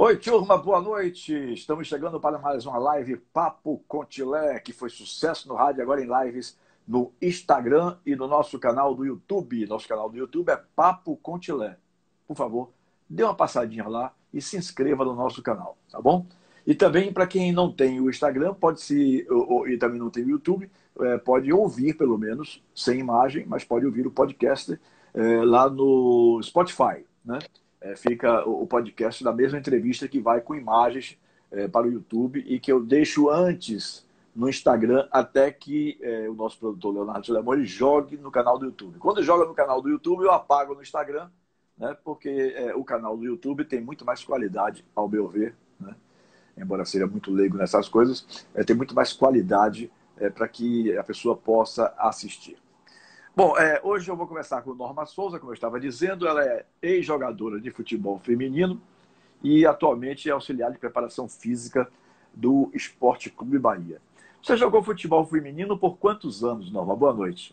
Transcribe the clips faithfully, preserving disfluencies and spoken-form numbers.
Oi, turma, boa noite. Estamos chegando para mais uma live Papo Contilé, que foi sucesso no rádio, agora em lives no Instagram e no nosso canal do YouTube. Nosso canal do YouTube é Papo Contilé. Por favor, dê uma passadinha lá e se inscreva no nosso canal, tá bom? E também, para quem não tem o Instagram, pode se e também não tem o YouTube, pode ouvir, pelo menos, sem imagem, mas pode ouvir o podcast lá no Spotify, né? É, fica o podcast da mesma entrevista que vai com imagens é, para o YouTube e que eu deixo antes no Instagram até que é, o nosso produtor Leonardo Solimões jogue no canal do YouTube. Quando joga no canal do YouTube, eu apago no Instagram, né, porque é, o canal do YouTube tem muito mais qualidade, ao meu ver, né, embora seja muito leigo nessas coisas, é, tem muito mais qualidade é, para que a pessoa possa assistir. Bom, é, hoje eu vou começar com Norma Souza, como eu estava dizendo. Ela é ex-jogadora de futebol feminino e atualmente é auxiliar de preparação física do Esporte Clube Bahia. Você jogou futebol feminino por quantos anos, Norma? Boa noite.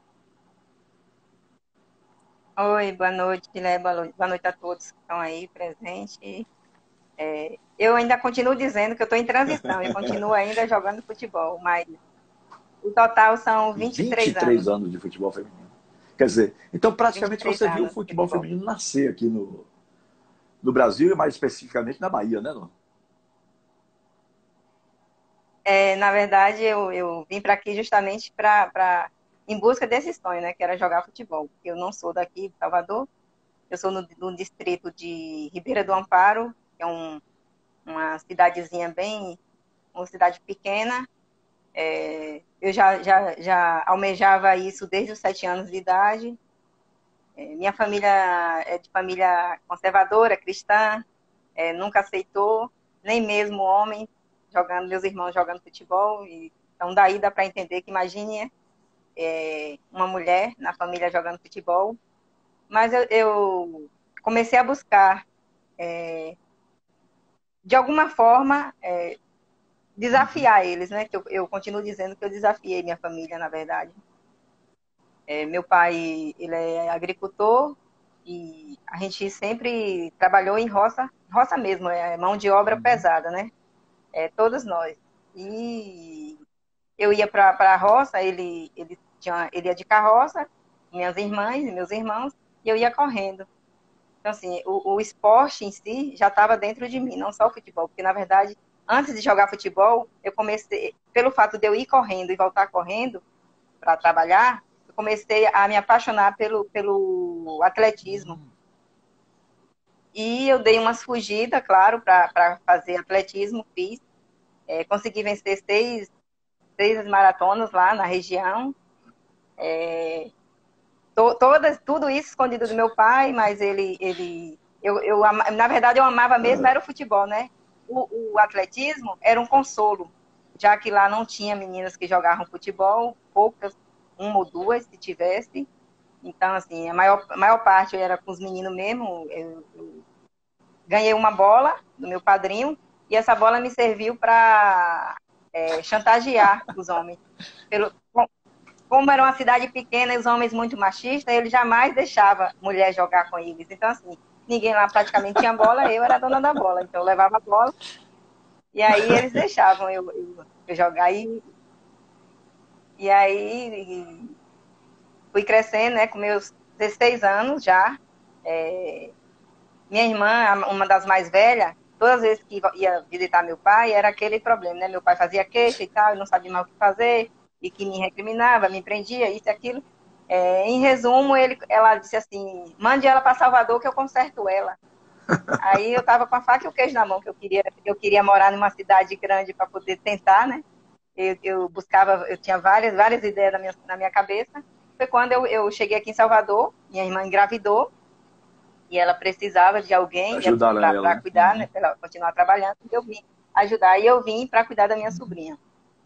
Oi, boa noite, né? Boa noite a todos que estão aí presentes. É, eu ainda continuo dizendo que eu estou em transição, eu continuo ainda jogando futebol, mas o total são vinte e vinte e três três anos. anos de futebol feminino. Quer dizer, então vinte e praticamente três você viu o anos de futebol futebol. feminino nascer aqui no, no Brasil e mais especificamente na Bahia, né, Norma? É, na verdade, eu, eu vim para aqui justamente para em busca desse sonho, né? Que era jogar futebol. Eu não sou daqui de Salvador, eu sou no, no distrito de Ribeira do Amparo, que é um, uma cidadezinha bem, uma cidade pequena. É, eu já, já, já almejava isso desde os sete anos de idade. É, minha família é de família conservadora, cristã, é, nunca aceitou, nem mesmo homem jogando, meus irmãos jogando futebol. E, então, daí dá para entender que, imagine é, uma mulher na família jogando futebol. Mas eu, eu comecei a buscar, é, de alguma forma, é, Uhum. desafiar eles, né? Que eu, eu continuo dizendo que eu desafiei minha família, na verdade. É, meu pai, ele é agricultor e a gente sempre trabalhou em roça, roça mesmo, é mão de obra Uhum. pesada, né? É, todos nós. E eu ia para a roça, ele, ele, tinha, ele ia de carroça, minhas irmãs e meus irmãos, e eu ia correndo. Então, assim, o, o esporte em si já estava dentro de mim, não só o futebol, porque, na verdade, antes de jogar futebol, eu comecei, pelo fato de eu ir correndo e voltar correndo, para trabalhar, eu comecei a me apaixonar pelo, pelo atletismo. Uhum. E eu dei umas fugidas, claro, para fazer atletismo, fiz. É, consegui vencer seis, seis maratonas lá na região. É, to, todas, tudo isso escondido do meu pai, mas ele... ele eu, eu, na verdade, eu amava mesmo, era o futebol, né? O, o atletismo era um consolo, já que lá não tinha meninas que jogavam futebol, poucas, uma ou duas, se tivesse. Então, assim, a maior, a maior parte eu era com os meninos mesmo. Eu, eu ganhei uma bola do meu padrinho e essa bola me serviu para é, chantagear os homens. Pelo, como era uma cidade pequena e os homens muito machistas, ele jamais deixava mulher jogar com eles. Então, assim, ninguém lá praticamente tinha bola, eu era a dona da bola. Então, eu levava a bola e aí eles deixavam eu, eu, eu jogar. E, e aí fui crescendo, né, com meus dezesseis anos já. É, minha irmã, uma das mais velhas, todas as vezes que ia visitar meu pai, era aquele problema, né? Meu pai fazia queixa e tal, eu não sabia mais o que fazer, e que me recriminava, me prendia, isso e aquilo. É, em resumo, ele, ela disse assim, mande ela para Salvador que eu conserto ela. Aí eu estava com a faca e o queijo na mão, que eu queria, eu queria morar numa cidade grande para poder tentar, né? Eu, eu buscava, eu tinha várias, várias ideias na minha, na minha cabeça. Foi quando eu, eu cheguei aqui em Salvador, minha irmã engravidou, e ela precisava de alguém Ajudaram ela, para né? cuidar, né, Uhum. para ela continuar trabalhando, e eu vim ajudar. E eu vim para cuidar da minha sobrinha.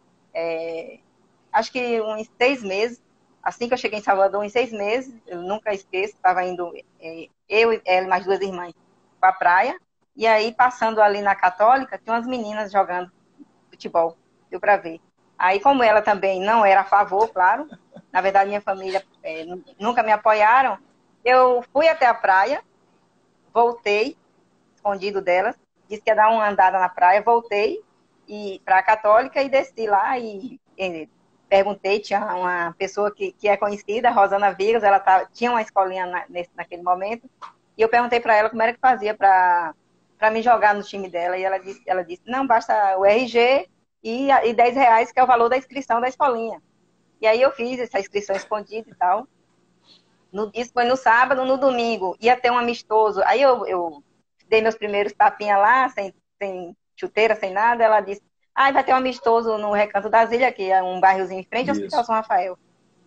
É, acho que uns seis meses, assim que eu cheguei em Salvador, em seis meses, eu nunca esqueço, estava indo é, eu, ela e mais duas irmãs para a praia, e aí passando ali na Católica, tinha umas meninas jogando futebol, deu para ver. Aí, como ela também não era a favor, claro, na verdade minha família é, nunca me apoiaram, eu fui até a praia, voltei, escondido delas, disse que ia dar uma andada na praia, voltei e para a Católica e desci lá e, e perguntei, tinha uma pessoa que, que é conhecida, Rosana Vigas, ela tá, tinha uma escolinha na, nesse, naquele momento, e eu perguntei para ela como era que fazia para para me jogar no time dela, e ela disse, ela disse, não, basta o R G e, e dez reais, que é o valor da inscrição da escolinha. E aí eu fiz essa inscrição escondida e tal. No, isso foi no sábado, no domingo ia ter um amistoso. Aí eu, eu dei meus primeiros tapinhas lá, sem, sem chuteira, sem nada. Ela disse, ah, vai ter um amistoso no Recanto das Ilhas, que é um bairrozinho em frente ao Hospital São Rafael.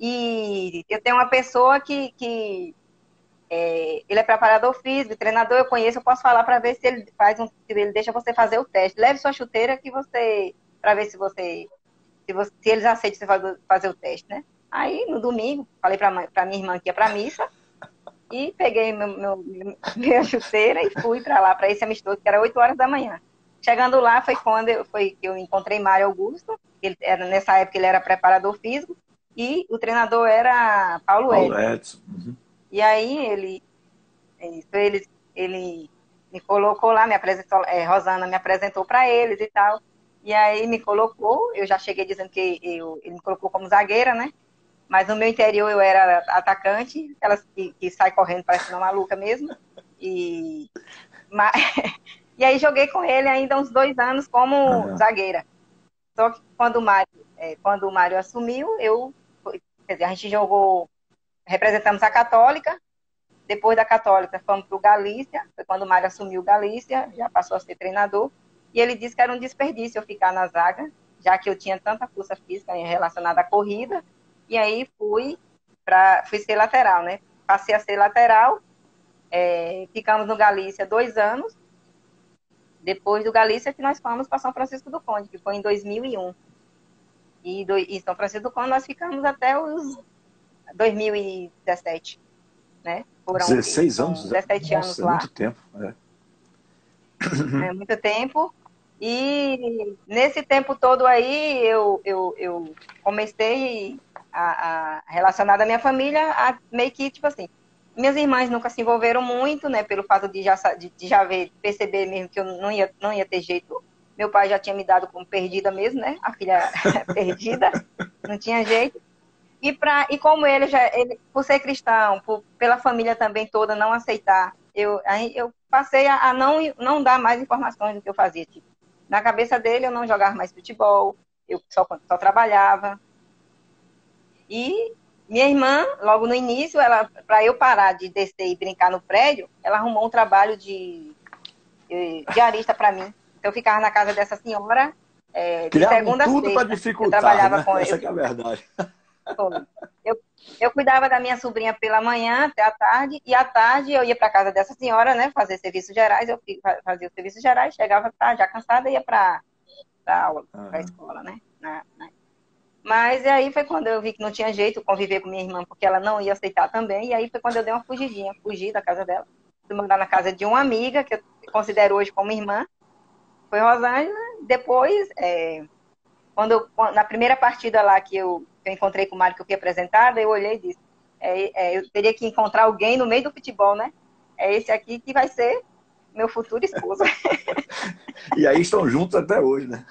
E eu tenho uma pessoa que, que é, ele é preparador físico, treinador, eu conheço, eu posso falar para ver se ele faz um, se ele deixa você fazer o teste. Leve sua chuteira que você, para ver se você, se você, se eles aceitam você fazer, fazer o teste, né? Aí, no domingo, falei para minha irmã que ia para a missa e peguei meu, meu, minha chuteira e fui para lá, para esse amistoso, que era oito horas da manhã. Chegando lá, foi quando eu, foi que eu encontrei Mário Augusto, ele era, nessa época ele era preparador físico, e o treinador era Paulo, Paulo Edson. Edson. Uhum. E aí, ele, ele, ele me colocou lá, me apresentou, é, Rosana me apresentou para eles e tal. E aí, me colocou, eu já cheguei dizendo que eu, ele me colocou como zagueira, né? Mas no meu interior eu era atacante, aquelas que, que sai correndo, parece uma maluca mesmo. E, mas, e aí joguei com ele ainda uns dois anos como uhum. zagueira. Só que quando o Mário, é, quando o Mário assumiu, eu, quer dizer, a gente jogou, representamos a Católica, depois da Católica fomos para o Galícia, foi quando o Mário assumiu o Galícia, já passou a ser treinador, e ele disse que era um desperdício eu ficar na zaga, já que eu tinha tanta força física relacionada à corrida. E aí fui para fui ser lateral, né? Passei a ser lateral, é, ficamos no Galícia dois anos. Depois do Galícia que nós fomos para São Francisco do Conde, que foi em dois mil e um. E do, em São Francisco do Conde nós ficamos até os dois mil e dezessete, né? Foram dezesseis anos? dezessete Nossa, anos lá. Muito tempo, é. É muito tempo. E nesse tempo todo aí eu, eu, eu comecei a, a relacionada à minha família, a meio que, tipo assim, minhas irmãs nunca se envolveram muito, né, pelo fato de já, de, de já ver, perceber mesmo que eu não ia, não ia ter jeito. Meu pai já tinha me dado como perdida mesmo, né, a filha perdida, não tinha jeito. E, pra, e como ele, já, ele, por ser cristão, por, pela família também toda não aceitar, eu, aí eu passei a, a não, não dar mais informações do que eu fazia. Tipo, na cabeça dele, eu não jogava mais futebol, eu só, só trabalhava. E minha irmã, logo no início, ela, para eu parar de descer e brincar no prédio, ela arrumou um trabalho de, de diarista para mim. Então, eu ficava na casa dessa senhora é, de Criavam segunda a tudo sexta. para dificultar, eu trabalhava né? com Essa eu, que é a verdade. Eu, eu cuidava da minha sobrinha pela manhã até a tarde, e à tarde eu ia para casa dessa senhora, né, fazer serviços gerais, eu fazia os serviços gerais, chegava tá, já cansada e ia para a aula, uhum. para a escola, né? Na, na... Mas aí foi quando eu vi que não tinha jeito conviver com minha irmã, porque ela não ia aceitar também, e aí foi quando eu dei uma fugidinha, fugi da casa dela, fui mandar na casa de uma amiga, que eu considero hoje como irmã, foi Rosângela. Depois, é, quando eu, na primeira partida lá que eu, eu encontrei com o Mário, que eu fui apresentada, eu olhei e disse, é, é, eu teria que encontrar alguém no meio do futebol, né? É esse aqui que vai ser meu futuro esposo. E aí estão juntos até hoje, né?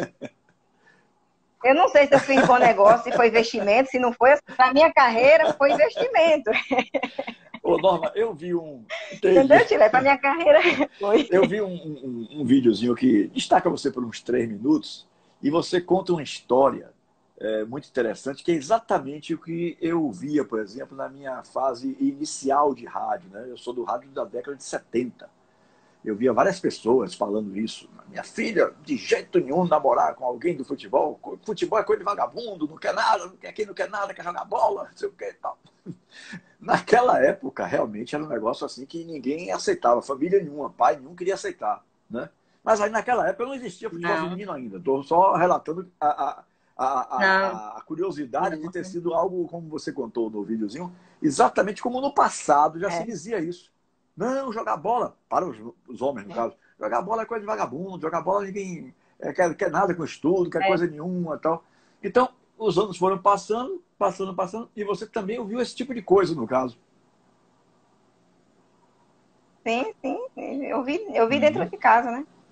Eu não sei se eu fiz bom negócio, se foi investimento, se não foi, para minha carreira foi investimento. Ô, Norma, eu vi um... Entendeu, Tilé? Para minha carreira foi. Eu vi um, um, um videozinho que destaca você por uns três minutos e você conta uma história é, muito interessante, que é exatamente o que eu via, por exemplo, na minha fase inicial de rádio, né? Eu sou do rádio da década de setenta. Eu via várias pessoas falando isso. Minha filha, de jeito nenhum, namorar com alguém do futebol. Futebol é coisa de vagabundo, não quer nada, não quer, quem não quer nada, quer jogar bola, não sei o que e tal. Naquela época, realmente, era um negócio assim que ninguém aceitava. Família nenhuma, pai nenhum queria aceitar, né? Mas aí, naquela época, não existia futebol não. feminino ainda. Estou só relatando a, a, a, a, a curiosidade não. de ter sido algo, como você contou no videozinho, exatamente como no passado já é. se dizia isso. Não, jogar bola, para os, os homens, no caso, jogar bola é coisa de vagabundo, jogar bola ninguém é, quer, quer nada com estudo, quer é. coisa nenhuma e tal. Então, os anos foram passando, passando, passando, e você também ouviu esse tipo de coisa, no caso. Sim, sim, eu vi, eu vi uhum. dentro de casa, né?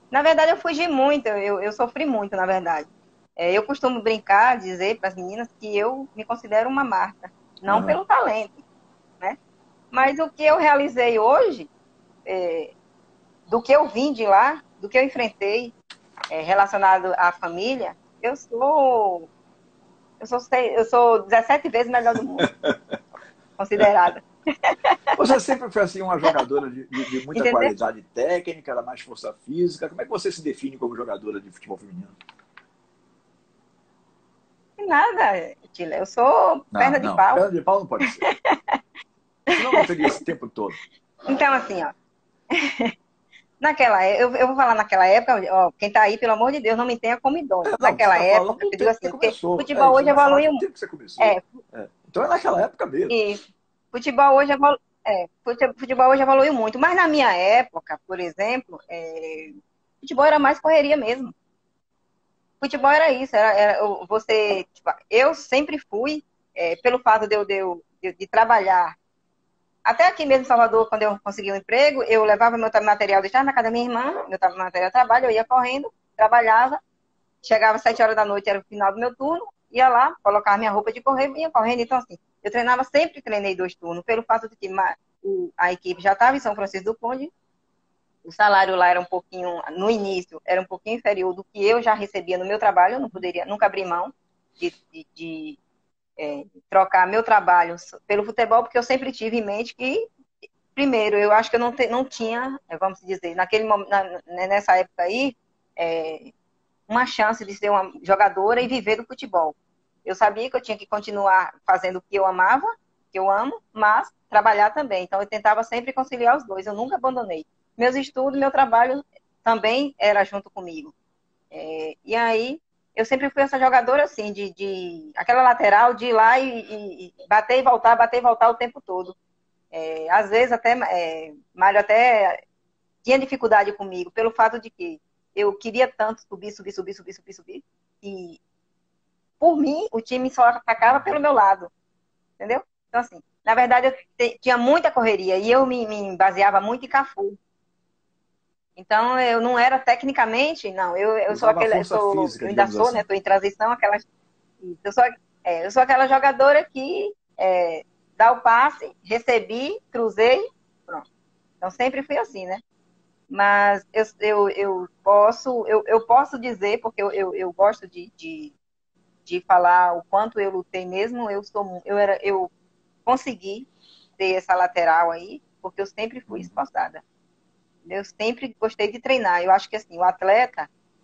Na verdade, eu fugi muito, eu, eu sofri muito, na verdade. É, eu costumo brincar, dizer para as meninas que eu me considero uma Marta, não Aham. pelo talento, né? Mas o que eu realizei hoje, é, do que eu vim de lá, do que eu enfrentei, é, relacionado à família, eu sou, eu sou, sei- eu sou dezessete vezes melhor do mundo, considerada. Você sempre foi assim uma jogadora de, de, de muita Entendeu? qualidade técnica, era mais força física. Como é que você se define como jogadora de futebol feminino? E nada, Tila, eu sou Não, perna de não. pau. Perna de pau não pode ser. Senão não teria esse tempo todo. Então, assim, ó, naquela, é- eu, eu vou falar naquela época, ó, quem tá aí, pelo amor de Deus, não me tenha como É, idônea. não, você Naquela está falando época, do eu digo tempo que você assim, porque começou. É, futebol você hoje vai falar evoluiu, do tempo que você começou. é, É. Então é naquela época mesmo. e futebol hoje evolu, é, fute- futebol hoje evoluiu muito, mas na minha época, por exemplo, é, futebol era mais correria mesmo. Futebol era isso, era, era eu- você, tipo, eu sempre fui, é, pelo fato de eu, de, eu- de, de trabalhar. Até aqui mesmo em Salvador, quando eu consegui um emprego, eu levava meu material, deixava na casa da minha irmã, meu material de trabalho, eu ia correndo, trabalhava, chegava às sete horas da noite, era o final do meu turno, ia lá, colocava minha roupa de correr e ia correndo. Então, assim, eu treinava, sempre treinei dois turnos, pelo fato de que o, a equipe já estava em São Francisco do Conde, o salário lá era um pouquinho, no início, era um pouquinho inferior do que eu já recebia no meu trabalho, eu não poderia, nunca abri mão de, de, de é, trocar meu trabalho pelo futebol, porque eu sempre tive em mente que, primeiro, eu acho que eu não, te, não tinha, vamos dizer, naquele momento, na, nessa época aí, é, uma chance de ser uma jogadora e viver do futebol. Eu sabia que eu tinha que continuar fazendo o que eu amava, que eu amo, mas trabalhar também. Então eu tentava sempre conciliar os dois, eu nunca abandonei. Meus estudos, meu trabalho também era junto comigo. É, e aí eu sempre fui essa jogadora assim, de, de aquela lateral, de ir lá e, e, e bater e voltar, bater e voltar o tempo todo. É, às vezes até, é, Mário até tinha dificuldade comigo, pelo fato de que eu queria tanto subir, subir, subir, subir, subir, subir, e por mim o time só atacava pelo meu lado, entendeu? Então, assim, na verdade eu te, tinha muita correria e eu me, me baseava muito em Cafu. Então eu não era tecnicamente, não, eu, eu sou Usava a aquele, eu força sou, física, eu ainda digamos sou, né? assim. Estou em transição, aquela, eu sou, é, eu sou aquela jogadora que é, dá o passe, recebi, cruzei, pronto. Então sempre fui assim, né? Mas eu, eu, eu posso eu, eu posso dizer, porque eu, eu, eu gosto de, de, de falar o quanto eu lutei mesmo, eu sou eu era eu consegui ter essa lateral aí, porque eu sempre fui Uhum. esforçada. Eu sempre gostei de treinar. Eu acho que assim, o atleta,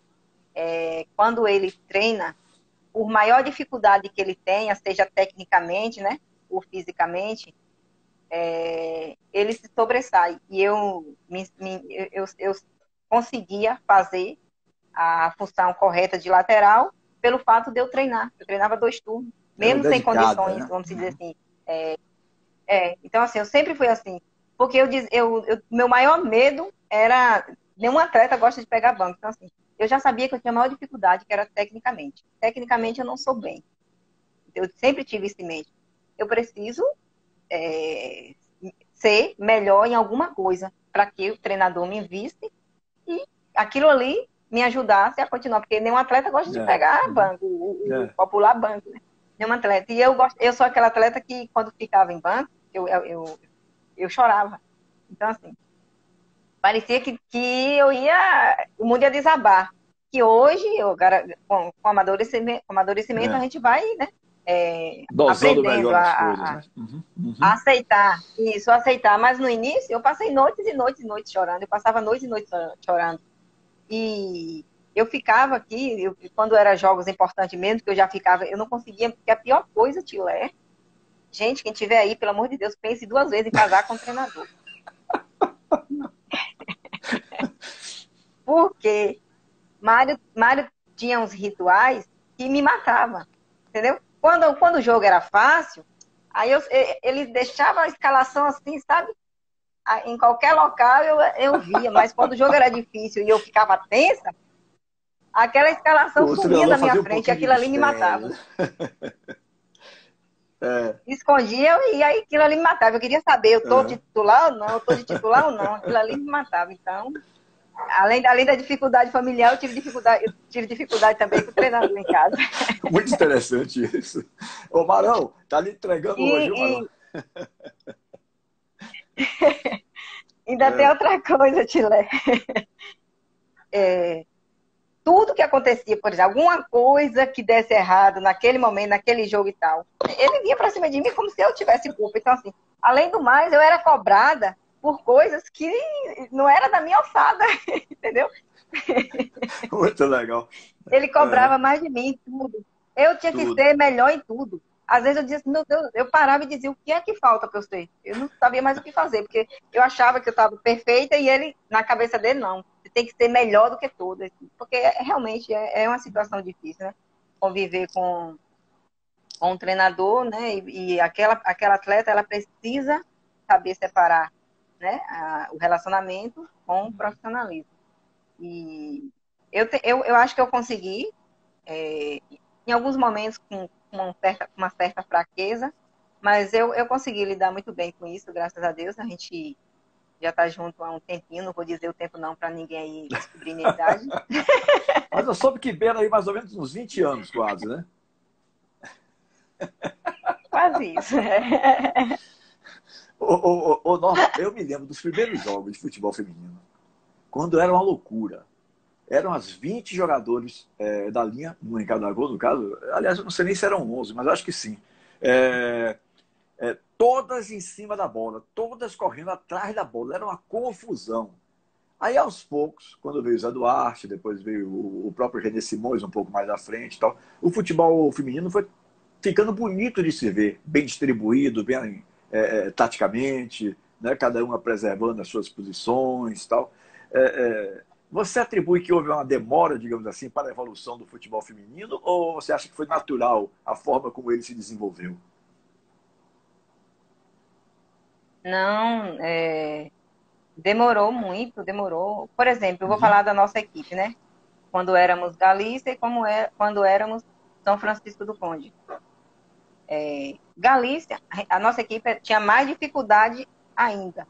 é, quando ele treina, por maior dificuldade que ele tenha, seja tecnicamente, né, ou fisicamente, é, ele se sobressai. E eu, me, me, eu, eu conseguia fazer a função correta de lateral pelo fato de eu treinar. Eu treinava dois turnos, Era mesmo sem dedicada, condições, né? vamos dizer Uhum. assim. É, então, assim, eu sempre fui assim. Porque eu, diz- eu, eu, meu maior medo era... Nenhum atleta gosta de pegar banco. Então, assim, eu já sabia que eu tinha a maior dificuldade, que era tecnicamente. Tecnicamente, eu não sou bem. Eu sempre tive isso em mente. Eu preciso é, ser melhor em alguma coisa para que o treinador me visse e aquilo ali me ajudasse a continuar, porque nenhum atleta gosta de É. pegar Uhum. banco, o, o É. popular banco, né? Nenhum atleta. E eu, gosto, eu sou aquela atleta que, quando ficava em banco, eu, eu, eu, eu chorava. Então, assim, parecia que, que eu ia, o mundo ia desabar. Que hoje, eu, com, com, amadurecimento, com amadurecimento, a É. gente vai, né, é, Dosando aprendendo melhor a, as coisas, a, né? Uhum. Uhum. a aceitar isso, a aceitar. Mas no início, eu passei noites e noites e noites chorando. Eu passava noites e noites chorando. E eu ficava aqui, eu, quando era jogos importantes mesmo, que eu já ficava, eu não conseguia, porque a pior coisa, Tilé, gente, quem tiver aí, pelo amor de Deus, pense duas vezes em casar com o treinador. Porque Mário, Mário tinha uns rituais que me matavam, entendeu? Quando, quando o jogo era fácil, aí eu, ele deixava a escalação assim, sabe? Em qualquer local eu, eu via, mas quando o jogo era difícil e eu ficava tensa, aquela escalação O sumia treinador da minha fazia um frente e pouquinho de aquilo ali me mistério, matava. né? É. Escondia e aí aquilo ali me matava. Eu queria saber, eu tô de Uhum. titular ou não, eu tô de titular ou não. Aquilo ali me matava. Então, Além, além da dificuldade familiar, eu tive dificuldade, eu tive dificuldade também com o treinador em casa. Muito interessante isso. Ô, Marão, tá ali entregando hoje, viu, E, Marão? e ainda tem É. outra coisa, Tilé. É, tudo que acontecia, por exemplo, alguma coisa que desse errado naquele momento, naquele jogo e tal, ele vinha pra cima de mim como se eu tivesse culpa. Então, assim, além do mais, eu era cobrada por coisas que não era da minha alçada, entendeu? Muito legal. Ele Aham, cobrava mais de mim em tudo. Eu tinha que tudo. ser melhor em tudo. Às vezes eu dizia, meu Deus, eu parava e dizia, o que é que falta para eu ser? Eu não sabia mais o que fazer, porque eu achava que eu estava perfeita e ele, na cabeça dele, não. Você tem que ser melhor do que todas. Porque é- realmente é, é uma situação difícil, né? Conviver com, com um treinador, né? E, e aquela, aquela atleta, ela precisa saber separar, né? A- o relacionamento com o profissionalismo. E eu, te- eu, eu acho que eu consegui, é, em alguns momentos com uma certa, uma certa fraqueza, mas eu, eu consegui lidar muito bem com isso, graças a Deus. A gente já está junto há um tempinho, não vou dizer o tempo não para ninguém aí descobrir minha idade. Mas eu soube que beira aí mais ou menos uns vinte anos, quase, né? Quase isso. É. Ô, ô, ô, ô, Norma, eu me lembro dos primeiros jogos de futebol feminino, quando era uma loucura. Eram as vinte jogadores é, da linha, um em cada gol, no caso. Aliás, eu não sei nem se eram onze, mas acho que sim. É, é, todas em cima da bola, todas correndo atrás da bola. Era uma confusão. Aí, aos poucos, quando veio o Zé Duarte, depois veio o, o próprio René Simões um pouco mais à frente e tal, o futebol feminino foi ficando bonito de se ver, bem distribuído, bem é, é, taticamente, né? Cada uma preservando as suas posições e tal. É, é, você atribui que houve uma demora, digamos assim, para a evolução do futebol feminino, ou você acha que foi natural a forma como ele se desenvolveu? Não, é, demorou muito, demorou. Por exemplo, eu vou Uhum. falar da nossa equipe, né? Quando éramos Galícia e como é, quando éramos São Francisco do Conde. É, Galícia, a nossa equipe tinha mais dificuldade ainda.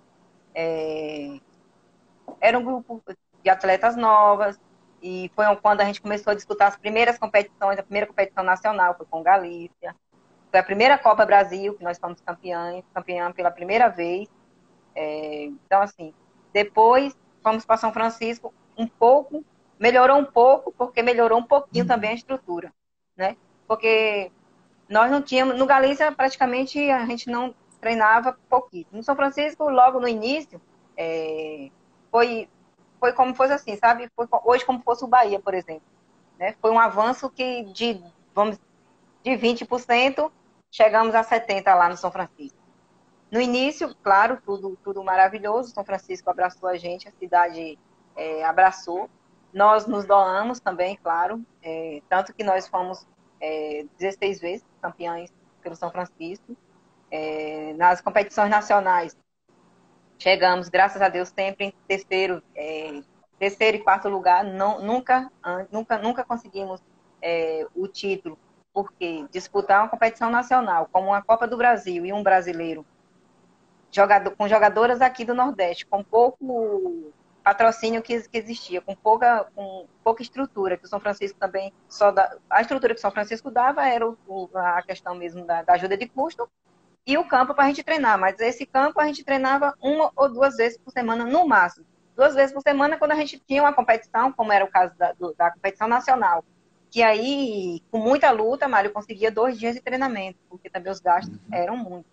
É, era um grupo de atletas novas, e foi quando a gente começou a disputar as primeiras competições, a primeira competição nacional foi com Galícia, foi a primeira Copa Brasil, que nós fomos campeãs, campeã pela primeira vez. É, então, assim, depois fomos para São Francisco, um pouco, melhorou um pouco, porque melhorou um pouquinho também a estrutura, né? Porque nós não tínhamos, no Galícia praticamente a gente não treinava pouquíssimo. No São Francisco, logo no início, é, foi, foi como fosse assim, sabe? Foi hoje como fosse o Bahia, por exemplo. Né? Foi um avanço que de, vamos, de vinte por cento chegamos a setenta por cento lá no São Francisco. No início, claro, tudo, tudo maravilhoso. São Francisco abraçou a gente, a cidade é, abraçou. Nós nos doamos também, claro. É, tanto que nós fomos é, dezesseis vezes campeões pelo São Francisco. É, nas competições nacionais, chegamos, graças a Deus, sempre em terceiro, é, terceiro e quarto lugar. Não, nunca, nunca, nunca conseguimos é, o título, porque disputar uma competição nacional, como uma Copa do Brasil e um brasileiro, jogador, com jogadoras aqui do Nordeste, com pouco patrocínio que, que existia, com pouca, com pouca estrutura, que o São Francisco também só dá, a estrutura que o São Francisco dava era o, a questão mesmo da, da ajuda de custo e o campo para a gente treinar, mas esse campo a gente treinava uma ou duas vezes por semana no máximo. Duas vezes por semana quando a gente tinha uma competição, como era o caso da, do, da competição nacional, que aí, com muita luta, Mário conseguia dois dias de treinamento, porque também os gastos eram muitos.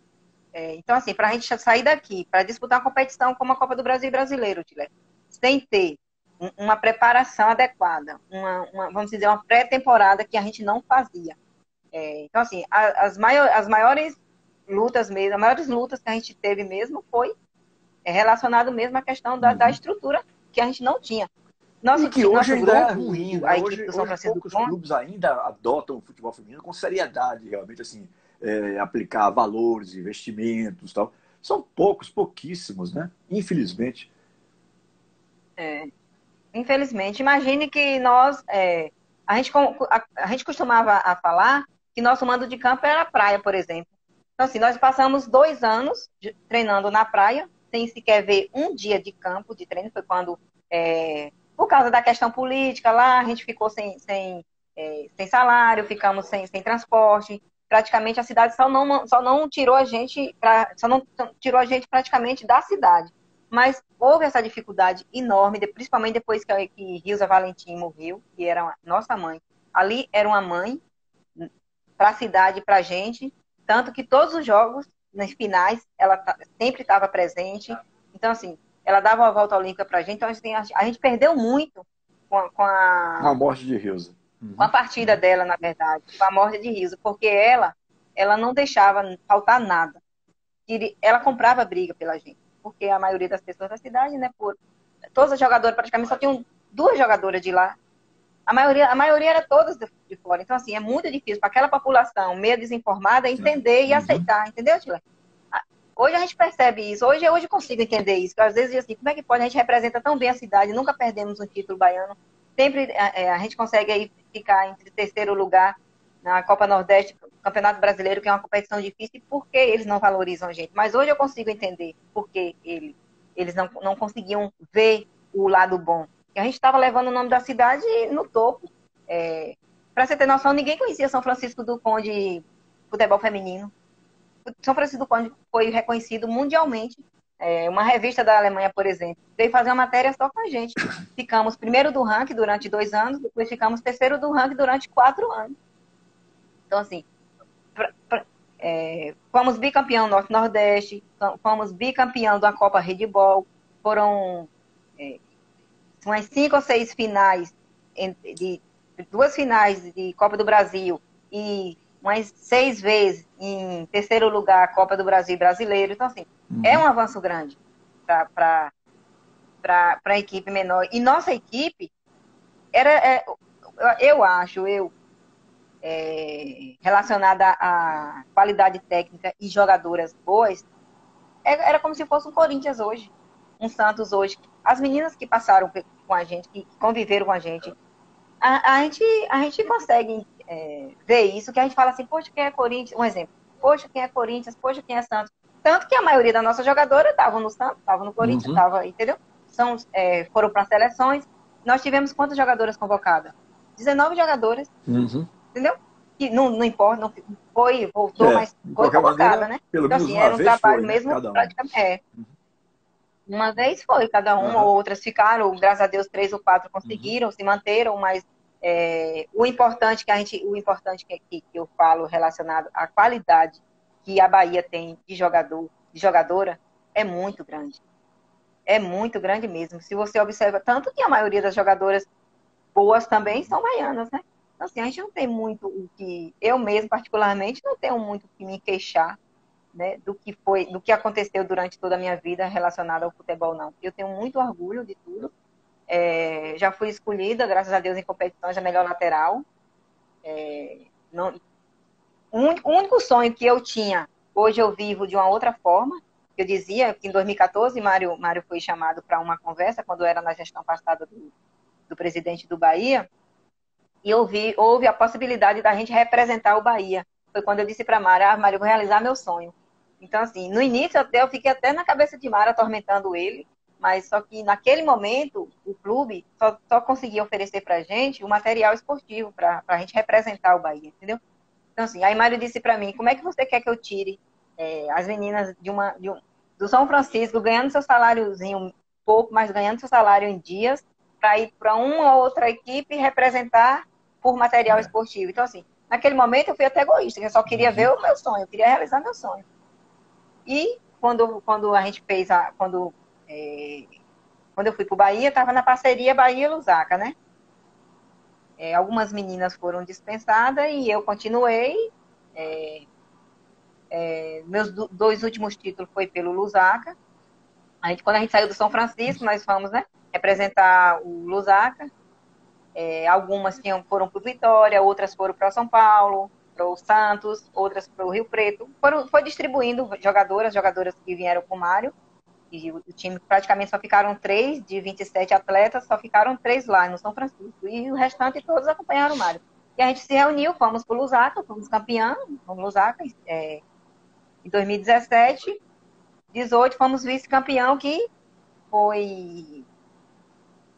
É, então, assim, para a gente sair daqui, para disputar uma competição como a Copa do Brasil e Brasileiro, Tilé, sem ter uma preparação adequada, uma, uma, vamos dizer, uma pré-temporada que a gente não fazia. É, então, assim, a, as, maior, as maiores lutas mesmo, as maiores lutas que a gente teve mesmo foi relacionado mesmo à questão da, da Uhum. estrutura que a gente não tinha. E Nosso, que hoje nosso ainda é grupo, ruim, né? a equipe Hoje, do São hoje Francisco do poucos Conde, clubes ainda adotam o futebol feminino com seriedade, realmente, assim, é, aplicar valores, investimentos e tal. São poucos, pouquíssimos, né? Infelizmente. é, infelizmente, imagine que nós, é, a, gente, a, a gente costumava a falar que nosso mando de campo era a praia, por exemplo. Então, assim, nós passamos dois anos de, treinando na praia, sem sequer ver um dia de campo, de treino, foi quando É, por causa da questão política lá, a gente ficou sem, sem, é, sem salário, ficamos sem, sem transporte. Praticamente a cidade só não, só não tirou a gente, pra, só não tirou a gente praticamente da cidade. Mas houve essa dificuldade enorme, principalmente depois que, que Rilza Valentim morreu, que era nossa mãe. Ali era uma mãe para a cidade, para a gente, tanto que todos os jogos, nas finais, ela sempre estava presente. Então, assim, ela dava uma volta olímpica para a gente. Então, a gente, a gente perdeu muito com a, com a, com a morte de Rilza. Uhum. Com a partida dela, na verdade, com a morte de Rilza, porque ela, ela não deixava faltar nada. Ela comprava briga pela gente, porque a maioria das pessoas da cidade, né, por todas as jogadoras, praticamente só tinham duas jogadoras de lá. A maioria, a maioria era todas de, de fora. Então, assim, é muito difícil para aquela população meio desinformada entender e uhum. aceitar, entendeu, Tila? Hoje a gente percebe isso. Hoje eu hoje consigo entender isso. Às vezes, assim, como é que pode? A gente representa tão bem a cidade, nunca perdemos um título baiano. Sempre é, a gente consegue aí ficar entre terceiro lugar na Copa Nordeste, Campeonato Brasileiro, que é uma competição difícil, e por que eles não valorizam a gente? Mas hoje eu consigo entender por que ele, eles não, não conseguiam ver o lado bom. E a gente estava levando o nome da cidade no topo. É, para você ter noção, ninguém conhecia São Francisco do Conde futebol feminino. São Francisco do Conde foi reconhecido mundialmente. É, uma revista da Alemanha, por exemplo, veio fazer uma matéria só com a gente. Ficamos primeiro do ranking durante dois anos, depois ficamos terceiro do ranking durante quatro anos. Então, assim, pra, pra, é, fomos bicampeão Norte-Nordeste, fomos bicampeão da Copa Redball, foram é, umas cinco ou seis finais, de, de, duas finais de Copa do Brasil e umas seis vezes em terceiro lugar a Copa do Brasil brasileiro. Então, assim, uhum. é um avanço grande para a equipe menor. E nossa equipe era, é, eu acho, eu, é, relacionada à qualidade técnica e jogadoras boas, era como se fosse um Corinthians hoje, um Santos hoje. As meninas que passaram com a gente, que conviveram com a gente, a, a, gente, a gente consegue é, ver isso, que a gente fala assim, poxa, quem é Corinthians? Um exemplo, poxa, quem é Corinthians? Poxa, quem é Santos? Tanto que a maioria da nossa jogadora estavam no Santos, estavam no Corinthians, uhum. tava, entendeu? São, é, foram para seleções. Nós tivemos quantas jogadoras convocadas? dezenove jogadoras, uhum. entendeu? Que não, não importa, não foi, voltou, é, mas foi convocada, maneira, né? Pelo então, menos assim, uma era um vez trabalho foi, mesmo, né? praticamente. É. Uhum. Uma vez foi, cada uma, uhum. ou outras ficaram, graças a Deus, três ou quatro conseguiram, uhum. se manteram, mas é, o importante que a gente, o importante que, que, que eu falo relacionado à qualidade que a Bahia tem de jogador, de jogadora, é muito grande. É muito grande mesmo. Se você observa, tanto que a maioria das jogadoras boas também são baianas, né? Então, assim, a gente não tem muito o que, eu mesmo, particularmente, não tenho muito o que me queixar, né, do que foi, do que aconteceu durante toda a minha vida relacionada ao futebol, não. Eu tenho muito orgulho de tudo. É, já fui escolhida, graças a Deus, em competições a melhor lateral. É, não, o único sonho que eu tinha, hoje eu vivo de uma outra forma. Eu dizia que em dois mil e quatorze, Mário, Mário foi chamado para uma conversa, quando era na gestão passada do, do presidente do Bahia, e ouvi, houve a possibilidade da gente representar o Bahia. Foi quando eu disse para Mário, ah, Mário, eu vou realizar meu sonho. Então, assim, no início até eu fiquei até na cabeça de Mário, atormentando ele, mas só que naquele momento o clube só, só conseguia oferecer para a gente o material esportivo para a gente representar o Bahia, entendeu? Então, assim, aí Mário disse para mim, como é que você quer que eu tire é, as meninas de uma, de um, do São Francisco, ganhando seu saláriozinho um pouco, mas ganhando seu salário em dias, para ir para uma ou outra equipe e representar por material esportivo. Então, assim, naquele momento eu fui até egoísta, eu só queria ver o meu sonho, eu queria realizar meu sonho. E quando, quando a gente fez a. Quando, é, quando eu fui para o Bahia, estava na parceria Bahia-Lusaka, né? É, algumas meninas foram dispensadas e eu continuei. É, é, meus do, dois últimos títulos foi pelo Lusaka. A gente, quando a gente saiu do São Francisco, nós fomos, né, representar o Lusaka. É, algumas tinham, foram para o Vitória, outras foram para São Paulo, para o Santos, outras para o Rio Preto. Foram, foi distribuindo jogadoras, jogadoras que vieram com o Mário. E o, o time praticamente só ficaram três de vinte e sete atletas, só ficaram três lá no São Francisco. E o restante todos acompanharam o Mário. E a gente se reuniu, fomos para o Lusaka, fomos campeão, fomos no Lusaka, é, em dois mil e dezessete, dezoito, fomos vice-campeão, que foi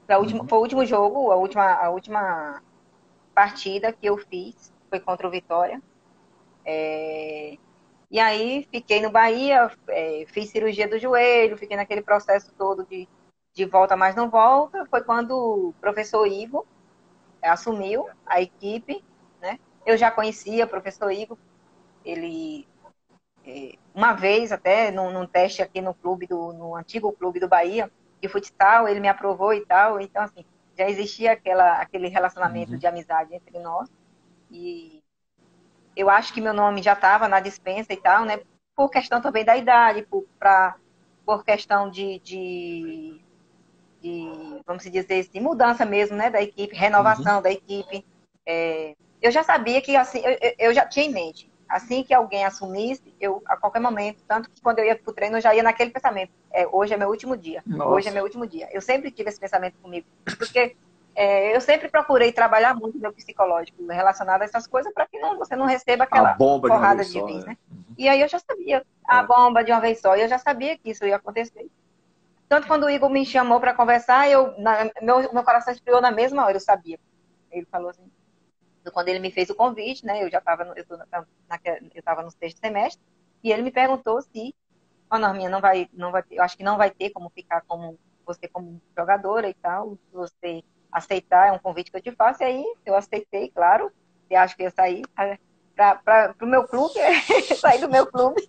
Foi, a última, Uhum. foi o último jogo, a última, a última partida que eu fiz, foi contra o Vitória. É, e aí fiquei no Bahia, é, fiz cirurgia do joelho, fiquei naquele processo todo de, de volta, mas não volta. Foi quando o professor Igor assumiu a equipe, né? Eu já conhecia o professor Igor, ele é, uma vez até num, num teste aqui no clube do no antigo clube do Bahia de futsal, ele me aprovou e tal, então assim já existia aquela aquele relacionamento Uhum. de amizade entre nós e eu acho que meu nome já estava na dispensa e tal, né? Por questão também da idade, por, pra, por questão de, de, de, vamos dizer assim, mudança mesmo, né? Da equipe, Uhum. renovação da equipe. É, eu já sabia que, assim, eu, eu já tinha em mente, assim que alguém assumisse, eu, a qualquer momento, tanto que quando eu ia para o treino, eu já ia naquele pensamento, é, hoje é meu último dia, hoje é Nossa. meu último dia. Eu sempre tive esse pensamento comigo, porque é, eu sempre procurei trabalhar muito meu psicológico relacionado a essas coisas para que não, você não receba A aquela bomba de uma porrada vez de só, vez, né? né? E aí eu já sabia a É. bomba de uma vez só, e eu já sabia que isso ia acontecer. Tanto quando o Igor me chamou para conversar, eu, na, meu, meu coração esfriou na mesma hora, eu sabia. Ele falou assim, quando ele me fez o convite, né, eu já estava eu tô na, na, eu estava no sexto semestre, e ele me perguntou se, ó, oh, Norminha, não vai, não vai, eu acho que não vai ter como ficar como você como jogadora e tal, se você aceitar, é um convite que eu te faço, e aí eu aceitei, claro, e acho que ia sair para o meu clube, sair do meu clube.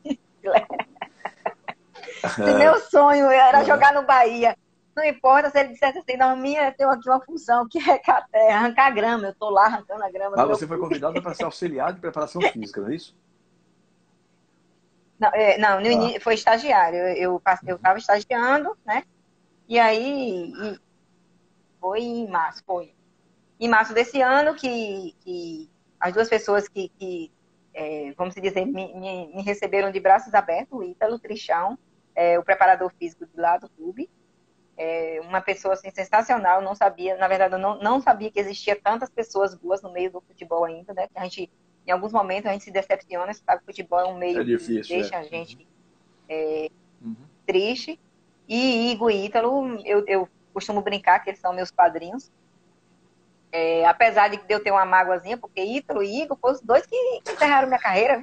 Se meu sonho era É. jogar no Bahia, não importa se ele dissesse assim, não, minha, eu tenho aqui uma função que é, é arrancar grama, eu tô lá arrancando a grama do Mas meu você foi clube. convidada para ser auxiliar de preparação física, não é isso? Não, é, não no Ah. início foi estagiário, eu eu Uhum. estava estagiando, né? E aí e foi em março, foi. Em março desse ano que, que as duas pessoas que, que é, vamos dizer, me, me, me receberam de braços abertos, o Ítalo Trichão, é, o preparador físico de lá do clube, uma pessoa assim, sensacional, não sabia, na verdade, eu não, não sabia que existia tantas pessoas boas no meio do futebol ainda, né? A gente, em alguns momentos, a gente se decepciona, sabe? O futebol é um É meio que difícil, é. deixa a gente Uhum. Uhum. triste. E Igor e Ítalo, eu, eu costumo brincar que eles são meus padrinhos. É, apesar de eu ter uma mágoazinha, porque Ítalo e Igor foram os dois que, que encerraram minha carreira.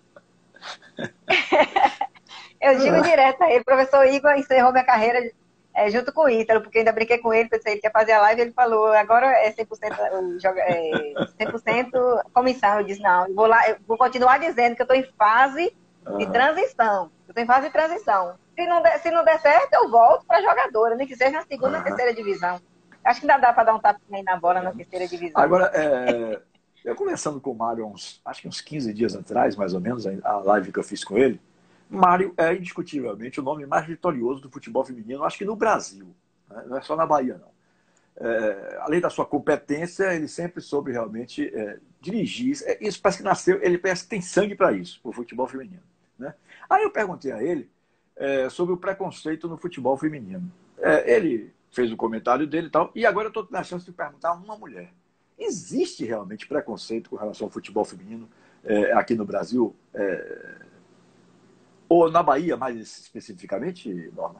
Eu digo direto a ele, o professor Igor encerrou minha carreira é, junto com o Ítalo, porque eu ainda brinquei com ele, pensei que ele quer fazer a live, ele falou, agora é cem por cento, o joga, é, cem por cento comissão. Eu disse, não, eu vou, lá, eu vou continuar dizendo que eu estou em fase de Aham. transição. Eu estou em fase de transição. Se não der, se não der certo, eu volto para jogadora, nem que seja na segunda ou Aham. terceira divisão. Acho que ainda dá para dar um tapinha aí na bola na terceira divisão. Agora, é, eu conversando com o Mário, uns, acho que uns quinze dias atrás, mais ou menos, a live que eu fiz com ele, Mário é indiscutivelmente o nome mais vitorioso do futebol feminino, acho que no Brasil, né? Não é só na Bahia, não. É, além da sua competência, ele sempre soube realmente é, dirigir. É, isso parece que nasceu, ele parece que tem sangue para isso, o futebol feminino. Né? Aí eu perguntei a ele é, sobre o preconceito no futebol feminino. É, ele fez o comentário dele e tal, e agora eu estou tendo a chance de perguntar a uma mulher. Existe realmente preconceito com relação ao futebol feminino é, aqui no Brasil? É, ou na Bahia, mais especificamente, Norma?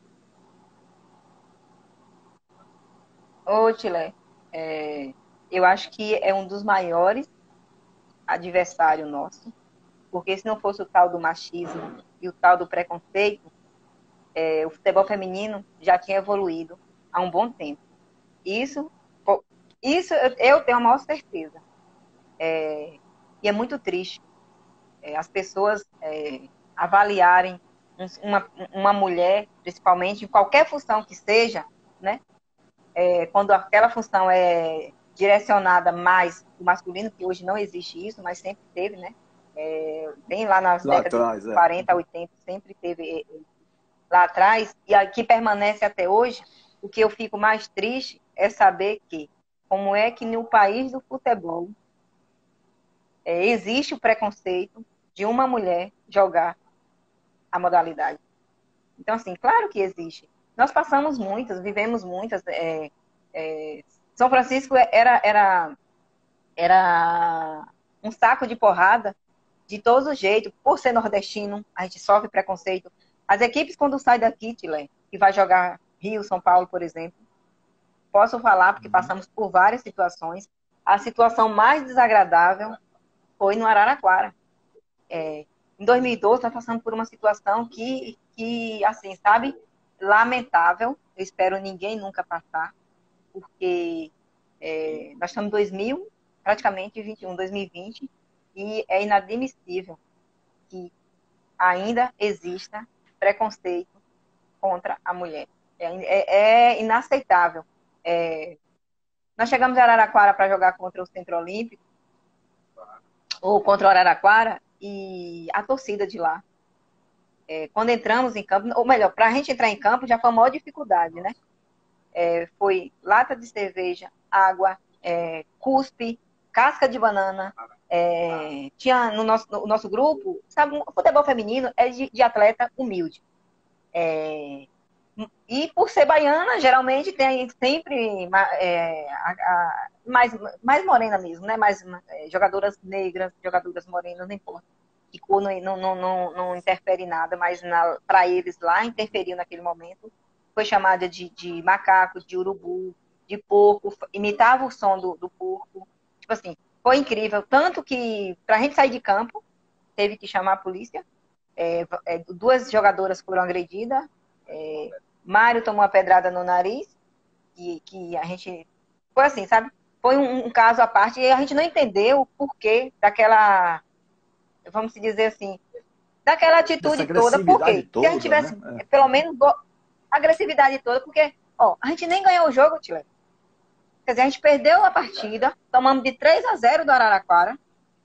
Ô, Tilé, é, eu acho que é um dos maiores adversários nossos, porque se não fosse o tal do machismo e o tal do preconceito, é, o futebol feminino já tinha evoluído há um bom tempo. Isso, isso eu tenho a maior certeza. É, e é muito triste é, as pessoas é, avaliarem uma, uma mulher, principalmente em qualquer função que seja, né? É, quando aquela função é direcionada mais para o masculino, que hoje não existe isso, mas sempre teve, né? É, bem lá nas Lá décadas de atrás, é. quarenta, oitenta, sempre teve lá atrás, e aqui permanece até hoje. O que eu fico mais triste é saber que, como é que no país do futebol é, existe o preconceito de uma mulher jogar a modalidade. Então, assim, claro que existe. Nós passamos muitas, vivemos muitas. É, é, São Francisco era, era, era um saco de porrada de todos os jeitos. Por ser nordestino, a gente sofre preconceito. As equipes, quando saem daqui, Tilé, que vai jogar Rio, São Paulo, por exemplo, posso falar, porque Uhum. passamos por várias situações. A situação mais desagradável foi no Araraquara. É, em dois mil e doze, nós passamos por uma situação que, que, assim, sabe, lamentável. Eu espero ninguém nunca passar, porque é, nós estamos em dois mil, praticamente vinte e um, dois mil e vinte, e é inadmissível que ainda exista preconceito contra a mulher. É, é, é inaceitável. É, nós chegamos em Araraquara para jogar contra o Centro Olímpico, ou contra o Araraquara, e a torcida de lá, é, quando entramos em campo, ou melhor, para a gente entrar em campo já foi uma maior dificuldade, né? É, foi lata de cerveja, água, é, cuspe, casca de banana. É, tinha no nosso, no nosso grupo, sabe, o futebol feminino é de, de atleta humilde. É, e por ser baiana, geralmente tem sempre é, a, a, mais, mais morena mesmo, né? Mais é, jogadoras negras, jogadoras morenas, não importa. Que cor não, não, não, não interfere em nada, mas para eles lá interferiu naquele momento. Foi chamada de, de macaco, de urubu, de porco, imitava o som do, do porco. Tipo assim, foi incrível. Tanto que, para a gente sair de campo, teve que chamar a polícia. É, é, duas jogadoras foram agredidas. É, Mário tomou uma pedrada no nariz. Que, que a gente... Foi assim, sabe? Foi um, um caso à parte. E a gente não entendeu o porquê daquela... Vamos dizer assim, daquela Dessa atitude toda, agressividade porque se a gente toda, tivesse, né? É. pelo menos, agressividade toda, porque, ó, a gente nem ganhou o jogo, Tio. Quer dizer, a gente perdeu a partida, tomamos de três a zero do Araraquara.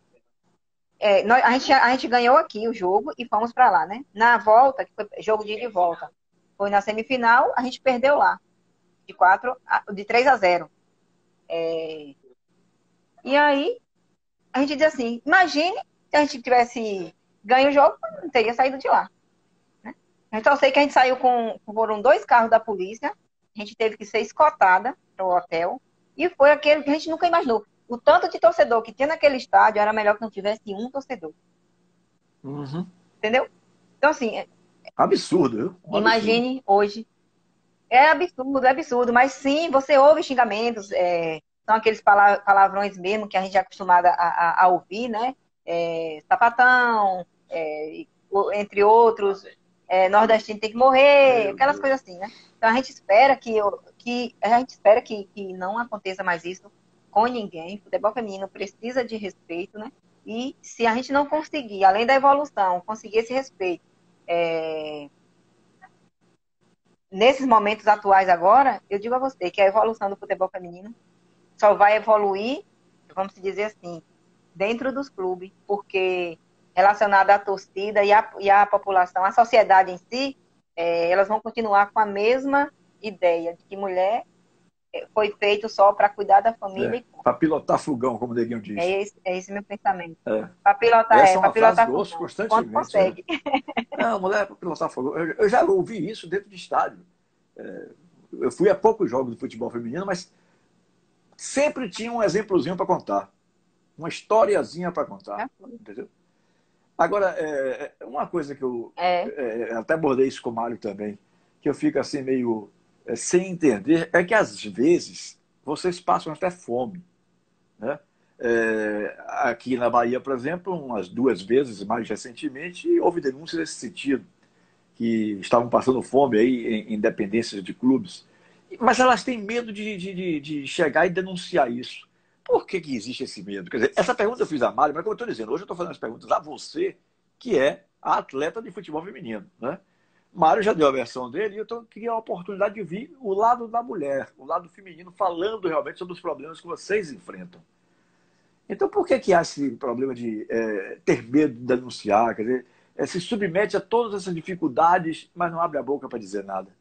É, nós, a, gente, a gente ganhou aqui o jogo e fomos para lá, né? Na volta, que foi jogo de ida e volta, foi na semifinal, a gente perdeu lá, de quatro a, de três a zero. É, e aí, a gente diz assim, imagine se a gente tivesse ganho o jogo, não teria saído de lá. Então, eu sei que a gente saiu com, foram dois carros da polícia, a gente teve que ser escoltada para o hotel, e foi aquele que a gente nunca imaginou. O tanto de torcedor que tinha naquele estádio era melhor que não tivesse um torcedor. Uhum. Entendeu? Então, assim, Absurdo, viu? Um absurdo. imagine hoje. É absurdo, é absurdo, mas sim, você ouve xingamentos, é, são aqueles palavrões mesmo que a gente é acostumado a, a, a ouvir, né? É, sapatão, é, entre outros, é, nordestino tem que morrer, Meu aquelas Deus. coisas assim, né? Então a gente espera que, que a gente espera que, que não aconteça mais isso com ninguém. Futebol feminino precisa de respeito, né? E se a gente não conseguir, além da evolução, conseguir esse respeito, é, nesses momentos atuais agora, eu digo a você que a evolução do futebol feminino só vai evoluir, vamos dizer assim, dentro dos clubes, porque relacionado à torcida e à, e à população, a sociedade em si, é, elas vão continuar com a mesma ideia de que mulher foi feito só para cuidar da família É. e Para pilotar fogão, como o Neguinho é diz. esse, é esse meu pensamento. É. Para pilotar, Essa é, é para uma frase pilotar que eu ouço fogão, quando constantemente. É. consegue. Não, mulher para pilotar fogão. Eu, eu já ouvi isso dentro de estádio. É, eu fui a poucos jogos do futebol feminino, mas sempre tinha um exemplozinho para contar. Uma historiazinha para contar. Entendeu? Agora, é, é, uma coisa que eu É, é, até abordei isso com o Mário também, que eu fico assim meio é, sem entender, é que às vezes vocês passam até fome. Né? É, aqui na Bahia, por exemplo, umas duas vezes mais recentemente, houve denúncias nesse sentido, que estavam passando fome aí em, em dependências de clubes. Mas elas têm medo de, de, de chegar e denunciar isso. Por que, que existe esse medo? Quer dizer, essa pergunta eu fiz a Mário, mas como eu estou dizendo, hoje eu estou fazendo as perguntas a você, que é a atleta de futebol feminino. Né? Mário já deu a versão dele e eu tô, queria a oportunidade de ouvir o lado da mulher, o lado feminino, falando realmente sobre os problemas que vocês enfrentam. Então, por que, que há esse problema de é, ter medo de denunciar? Quer dizer, é, se submete a todas essas dificuldades, mas não abre a boca para dizer nada.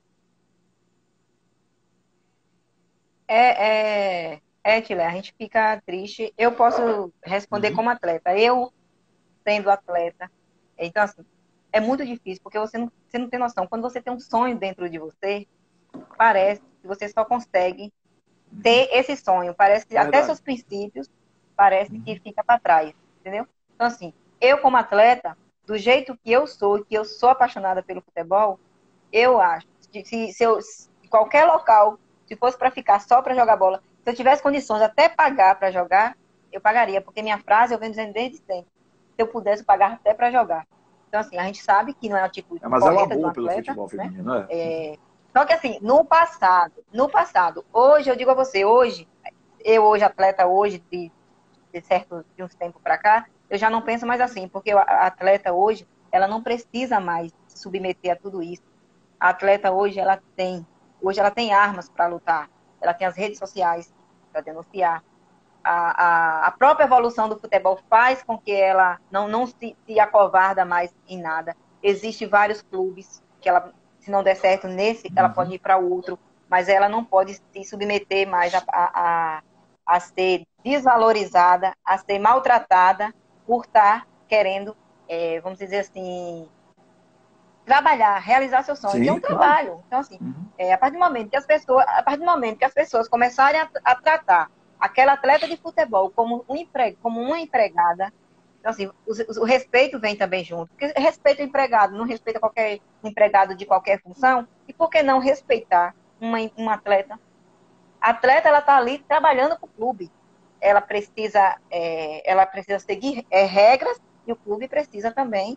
é, é, é, Tila, a gente fica triste. Eu posso responder Uhum. como atleta. Eu, sendo atleta, então, assim, é muito difícil, porque você não, você não tem noção. Quando você tem um sonho dentro de você, parece que você só consegue ter esse sonho. Parece que até Verdade. seus princípios, parece que Uhum. fica para trás, entendeu? Então, assim, eu como atleta, do jeito que eu sou, que eu sou apaixonada pelo futebol, eu acho que se, se eu, se qualquer local Se fosse para ficar só para jogar bola, se eu tivesse condições até pagar para jogar, eu pagaria, porque minha frase eu venho dizendo desde sempre. Se eu pudesse, eu pagava até para jogar. Então, assim, a gente sabe que não é a atitude É, mas é um correta de um amor pelo atleta, futebol né? feminino, né? É... Só que, assim, no passado, no passado, hoje, eu digo a você, hoje, eu hoje, atleta hoje, de, de certo, de uns tempos para cá, eu já não penso mais assim, porque a atleta hoje, ela não precisa mais se submeter a tudo isso. A atleta hoje, ela tem, hoje ela tem armas para lutar, ela tem as redes sociais para denunciar. A, a, a própria evolução do futebol faz com que ela não, não se, se acovarda mais em nada. Existem vários clubes que ela, se não der certo nesse, ela Uhum. pode ir para outro, mas ela não pode se submeter mais a, a, a, a ser desvalorizada, a ser maltratada por estar querendo, é, vamos dizer assim, trabalhar, realizar seu sonho, que é Sim, um claro. trabalho. Então, assim, Uhum. é, a partir do momento que as pessoas, a partir do momento que as pessoas começarem a, a tratar aquela atleta de futebol como um emprego, como uma empregada, então, assim, o, o respeito vem também junto. Porque respeita o empregado, não respeita qualquer empregado de qualquer função. E por que não respeitar uma, uma atleta? A atleta, ela está ali trabalhando para o clube. Ela precisa, é, ela precisa seguir é, regras e o clube precisa também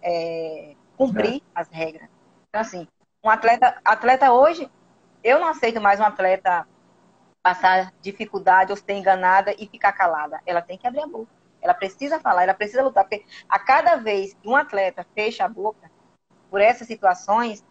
é, É. cumprir as regras. Então, assim, um atleta, atleta hoje, eu não aceito mais um atleta passar dificuldade ou ser enganada e ficar calada. Ela tem que abrir a boca. Ela precisa falar, ela precisa lutar. Porque a cada vez que um atleta fecha a boca por essas situações,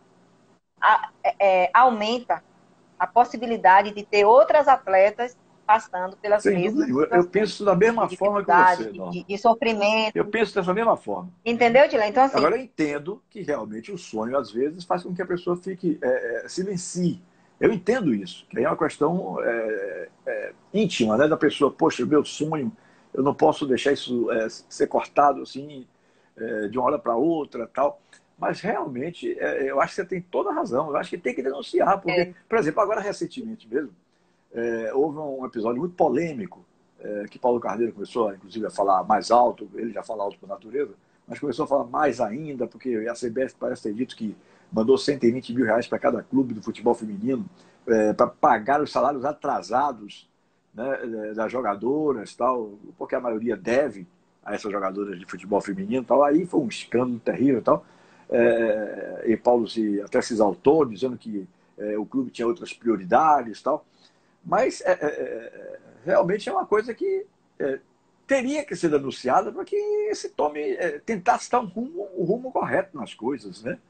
a, é, aumenta a possibilidade de ter outras atletas passando pelas Sem dúvida mesmas nenhuma. Eu situações penso da de mesma forma que dificuldade, você, de, de, Norma. de Eu sofrimento. penso dessa mesma forma. Entendeu, Dila? Então, assim, Agora, eu entendo que realmente o sonho, às vezes, faz com que a pessoa fique, é, é, silencie. Eu entendo isso, que aí é uma questão é, é, íntima, né, da pessoa. Poxa, meu sonho, eu não posso deixar isso é, ser cortado assim, é, de uma hora para outra, tal. Mas realmente, é, eu acho que você tem toda a razão. Eu acho que tem que denunciar, porque, é, por exemplo, agora recentemente mesmo, é, houve um episódio muito polêmico, é, que Paulo Carneiro começou, inclusive, a falar mais alto. Ele já fala alto por natureza, mas começou a falar mais ainda, porque a C B F parece ter dito que mandou cento e vinte mil reais para cada clube do futebol feminino, é, para pagar os salários atrasados, né, das jogadoras, tal, porque a maioria deve a essas jogadoras de futebol feminino. Tal. Aí foi um escândalo terrível. Tal. É, e Paulo se, até se exaltou, dizendo que é, o clube tinha outras prioridades. Tal. Mas é, é, realmente é uma coisa que é, teria que ser denunciada para que se tome, é, tentasse dar um rumo, um rumo correto nas coisas, né?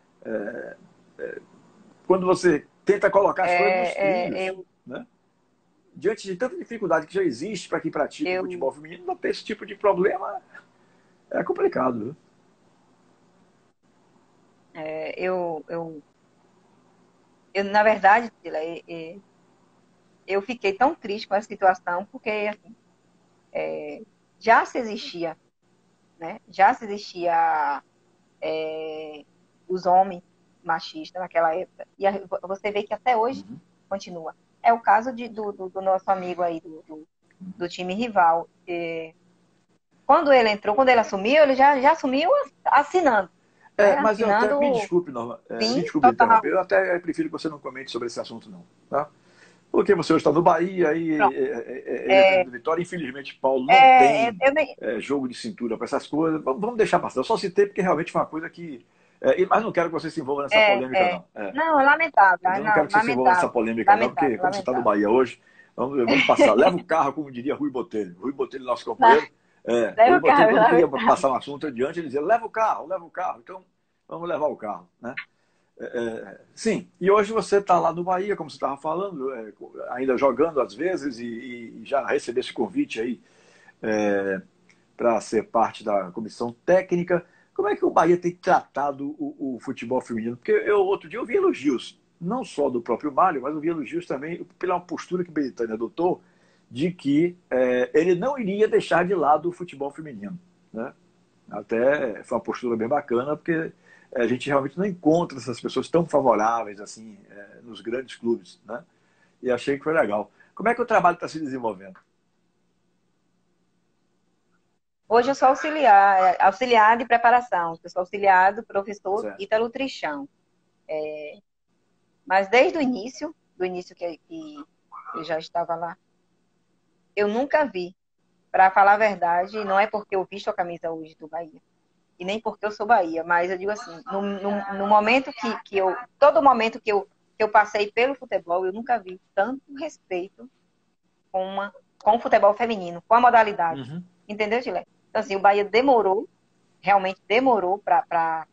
É, é, quando você tenta colocar as coisas nos é, é, trilhos, eu, né? Diante de tanta dificuldade que já existe para quem pratica o eu, futebol feminino, não ter esse tipo de problema é complicado. Viu? é, eu, eu, eu, na verdade, Dila, é, é, eu fiquei tão triste com essa situação, porque assim, é, já se existia, né? Já se existia é, os homens machistas naquela época. E a, você vê que até hoje Uhum. continua. É o caso de, do, do, do nosso amigo aí, do, do, do time rival. É, quando ele entrou, quando ele assumiu, ele já, já assumiu assinando, É, né? mas eu até, me Assinando desculpe, Norma, é, me fim desculpe total. interromper, eu até prefiro que você não comente sobre esse assunto, não. Tá? Porque você hoje está no Bahia, aí Pronto. é, é, é, ele é É, treinador do Vitória. Infelizmente, Paulo não é, é, tem eu nem, é, jogo de cintura para essas coisas. Vamos, vamos deixar passar. Eu só citei porque realmente foi uma coisa que. É, mas não quero que você se envolva nessa é, polêmica, é. não. É. Não, é lamentável, Eu não quero não, que você se envolva nessa lamentável, polêmica, não, porque lamentável, como você está no lamentável. Bahia hoje, vamos, vamos passar. Leva o carro, como diria Rui Botelho. Rui Botelho, nosso Lá, companheiro. É, leva Rui o Botelho, carro, quando queria lamentável. passar um assunto adiante, ele dizia: leva o carro, leva o carro. Então, vamos levar o carro. Né? É, é, sim, e hoje você está lá no Bahia, como você estava falando, é, ainda jogando às vezes, e, e já recebeu esse convite aí é, para ser parte da comissão técnica. Como é que o Bahia tem tratado o, o futebol feminino? Porque eu, outro dia, eu vi elogios, não só do próprio Mário, mas eu vi elogios também pela postura que o Belitani adotou, de que é, ele não iria deixar de lado o futebol feminino. Né? Até foi uma postura bem bacana, porque a gente realmente não encontra essas pessoas tão favoráveis assim é, nos grandes clubes. Né? E achei que foi legal. Como é que o trabalho está se desenvolvendo? Hoje eu sou auxiliar, é, auxiliar de preparação, eu sou auxiliar do professor Certo. Ítalo Trichão. Mas desde o início do início que, que eu já estava lá, eu nunca vi, para falar a verdade, não é porque eu visto a camisa hoje do Bahia, e nem porque eu sou Bahia, mas eu digo assim, no, no, no momento que, que eu, todo momento que eu, que eu passei pelo futebol, eu nunca vi tanto respeito com, uma, com o futebol feminino, com a modalidade. Uhum. Entendeu, Gilé? Então, assim, o Bahia demorou, realmente demorou para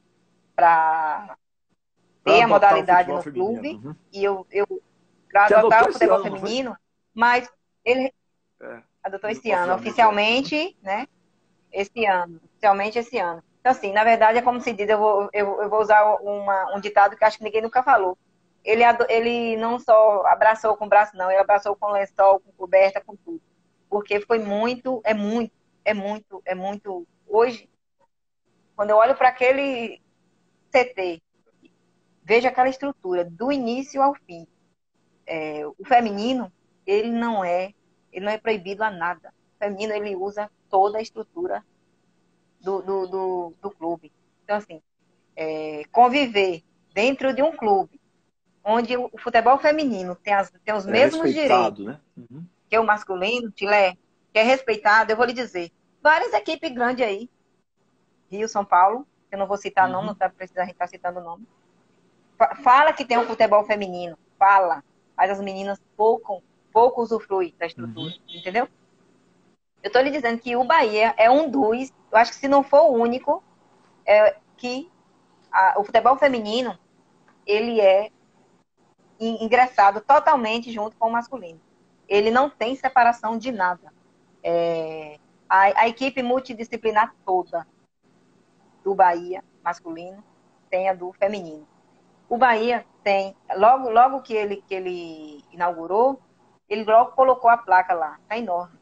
Para ter a adotar o modalidade futebol no feminino. clube, Uhum. e eu, eu para Que adotar adotou o esse futebol ano, não foi? feminino, mas ele É, adotou esse ano, oficialmente, é. Uhum. oficialmente, né? Esse ano, oficialmente esse ano. Então, assim, na verdade, é como se diz, eu vou, eu, eu vou usar uma, um ditado que acho que ninguém nunca falou. Ele, ele não só abraçou com o braço, não, ele abraçou com lençol, com coberta, com tudo. Porque foi muito, é muito, é muito, é muito. Hoje, quando eu olho para aquele C T, vejo aquela estrutura, do início ao fim. É, o feminino, ele não é, ele não é proibido a nada. O feminino, ele usa toda a estrutura do, do, do, do clube. Então, assim, é, conviver dentro de um clube onde o futebol feminino tem, as, tem os É mesmos direitos respeitado, né? Uhum. que o masculino, Chile, que é respeitado, eu vou lhe dizer, várias equipes grandes aí, Rio, São Paulo, eu não vou citar nome, não Uhum. tá precisando a gente estar citando o nome, fala que tem um futebol feminino, fala, mas as meninas pouco, pouco usufruem da estrutura, Uhum. entendeu? Eu estou lhe dizendo que o Bahia é um dos, eu acho que se não for o único, é, que a, o futebol feminino, ele é ingressado totalmente junto com o masculino. Ele não tem separação de nada. É, a, a equipe multidisciplinar toda do Bahia, masculino, tem a do feminino. O Bahia tem, logo, logo que, ele, que ele inaugurou, ele logo colocou a placa lá, tá enorme.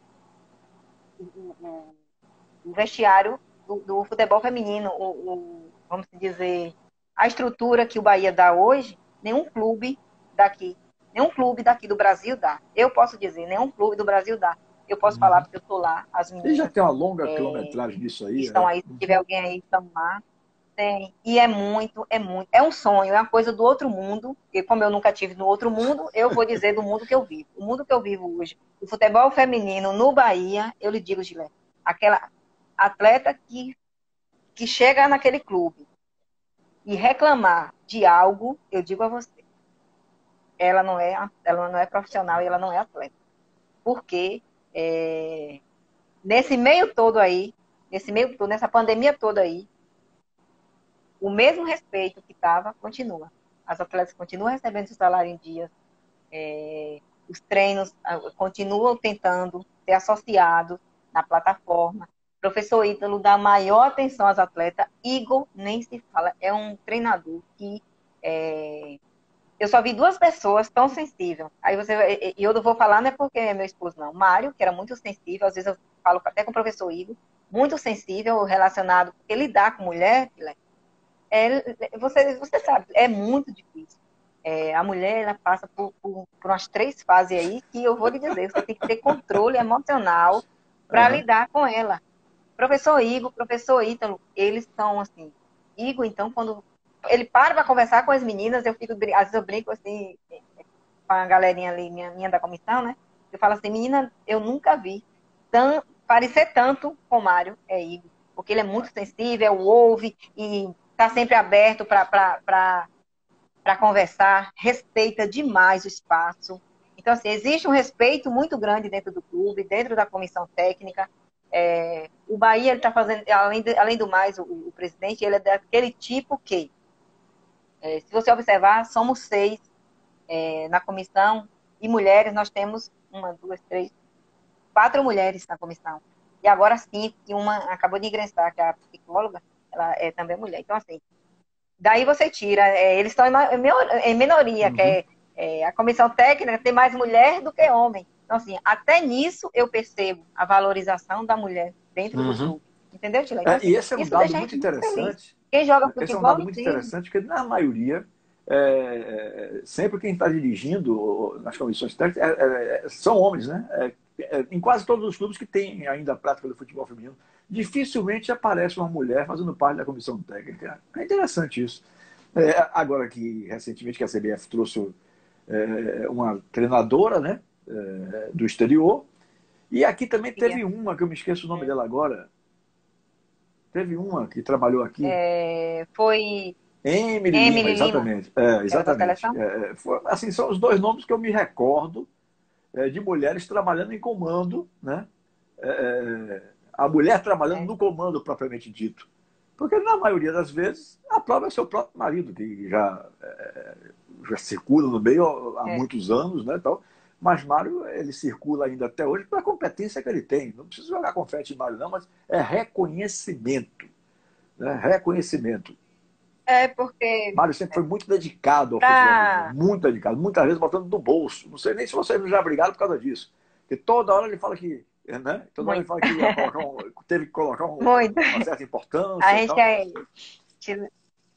O, o, o vestiário do, do futebol feminino, o, o, vamos dizer, a estrutura que o Bahia dá hoje, nenhum clube daqui, nenhum clube daqui do Brasil dá. Eu posso dizer, nenhum clube do Brasil dá. Eu posso falar Uhum. porque eu estou lá, as E já meninas tem uma longa é, quilometragem nisso aí, estão é? aí, se tiver Uhum. alguém aí, estão lá. Tem. E é muito, é muito. É um sonho, é uma coisa do outro mundo. E como eu nunca tive no outro mundo, eu vou dizer do mundo que eu vivo. O mundo que eu vivo hoje, o futebol feminino no Bahia, eu lhe digo, Gilé, aquela atleta que, que chega naquele clube e reclamar de algo, eu digo a você, ela não é, ela não é profissional e ela não é atleta. Porque é, nesse meio todo aí, nesse meio todo, nessa pandemia toda aí, o mesmo respeito que estava, continua. As atletas continuam recebendo seu salário em dias, é, os treinos continuam tentando ser associados na plataforma. O professor Ítalo dá maior atenção às atletas. Igor nem se fala, é um treinador que é, eu só vi duas pessoas tão sensíveis. Aí você, e eu não vou falar, não é porque é meu esposo, não. Mário, que era muito sensível, às vezes eu falo até com o professor Igor, muito sensível relacionado, porque lidar com mulher, é, você, você sabe, é muito difícil. É, a mulher ela passa por, por, por umas três fases aí que eu vou lhe dizer, você tem que ter controle emocional para Aham. lidar com ela. Professor Igor, professor Ítalo, eles são assim. Igor, então, quando ele para para conversar com as meninas, eu fico, às vezes eu brinco assim, com a galerinha ali, minha, minha da comissão, né? Eu falo assim, menina, eu nunca vi tão, parecer tanto com o Mário, é Igor, porque ele é muito sensível, ouve e está sempre aberto para conversar, respeita demais o espaço. Então, assim, existe um respeito muito grande dentro do clube, dentro da comissão técnica. É, o Bahia está fazendo, além, de, além do mais, o, o presidente, ele é daquele tipo que, é, se você observar, somos seis é, na comissão, e mulheres, nós temos uma, duas, três, quatro mulheres na comissão. E agora cinco, e uma acabou de ingressar, que é a psicóloga, ela é também mulher. Então, assim, daí você tira, é, eles estão em minoria, que Uhum. é, é, a comissão técnica tem mais mulher do que homem. Então, assim, até nisso eu percebo a valorização da mulher dentro do Uhum. clube. Entendeu, Tila? Então, É, assim, e esse é um isso dado deixa a muito gente muito feliz. interessante. Quem joga Esse é um futebol dado muito entende. interessante, porque na maioria, é, é, sempre quem está dirigindo nas comissões técnicas é, é, são homens, né? É, é, em quase todos os clubes que têm ainda a prática do futebol feminino, dificilmente aparece uma mulher fazendo parte da comissão técnica. É interessante isso. É, agora que recentemente que a C B F trouxe é, uma treinadora, né, é, do exterior. E aqui também teve uma, que eu me esqueço o nome É. dela agora. Teve uma que trabalhou aqui. É, foi Emily Lima, Emily Lima, exatamente. É, que era da exatamente. seleção? É, foi, assim, são os dois nomes que eu me recordo é, de mulheres trabalhando em comando, né? É, é, a mulher trabalhando É, no comando propriamente dito. Porque, na maioria das vezes, a prova é seu próprio marido, que já, é, já circula no meio há é. muitos anos, né? Tal. Mas Mário, ele circula ainda até hoje pela competência que ele tem. Não precisa jogar confete em Mário, não, mas é reconhecimento. Né? Reconhecimento. É porque Mário sempre foi muito dedicado ao futebol feminino, pra... muito dedicado, muitas vezes botando do bolso. Não sei nem se vocês já brigaram por causa disso. Porque toda hora ele fala que, né? Toda hora ele Muito, fala que ia colocar um, teve que colocar um, muito. uma certa A importância e gente, tal. é, Tile-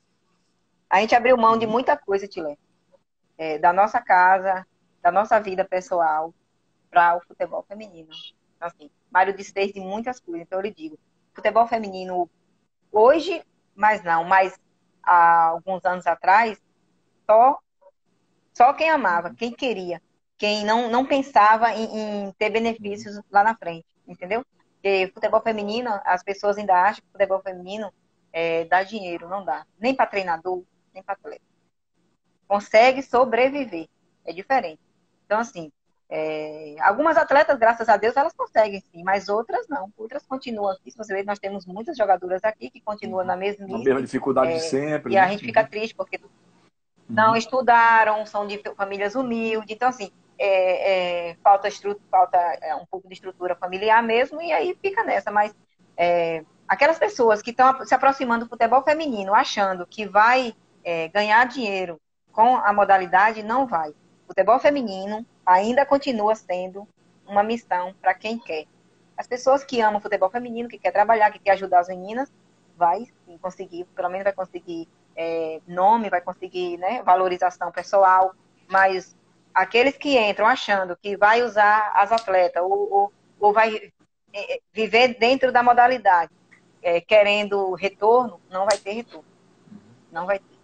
a gente abriu mão de Uhum. muita coisa, Tilé. É, da nossa casa, da nossa vida pessoal, para o futebol feminino. Então, assim, Mário desfez de muitas coisas. Então, eu lhe digo, futebol feminino hoje, mas não, mas há alguns anos atrás, só, só quem amava, quem queria, quem não, não pensava em, em ter Uhum. benefícios lá na frente, entendeu? Porque futebol feminino, as pessoas ainda acham que futebol feminino é, dá dinheiro, não dá. Nem para treinador, nem para atleta. Consegue sobreviver. É diferente. Então, assim, é, algumas atletas, graças a Deus, elas conseguem sim, mas outras não. Outras continuam aqui. Se você ver, nós temos muitas jogadoras aqui que continuam Uhum. na A mesma mesmice, dificuldade de é, sempre, e a né? gente fica Uhum. triste porque não Uhum. estudaram, são de famílias humildes. Então, assim, é, é, falta, estru falta é, um pouco de estrutura familiar mesmo, e aí fica nessa. Mas é, aquelas pessoas que estão se aproximando do futebol feminino, achando que vai é, ganhar dinheiro com a modalidade, não vai. O futebol feminino ainda continua sendo uma missão para quem quer. As pessoas que amam o futebol feminino, que quer trabalhar, que quer ajudar as meninas, vai sim, conseguir, pelo menos vai conseguir é, nome, vai conseguir, né, valorização pessoal, mas aqueles que entram achando que vai usar as atletas ou, ou, ou vai é, viver dentro da modalidade, é, querendo retorno, não vai ter retorno, não vai ter.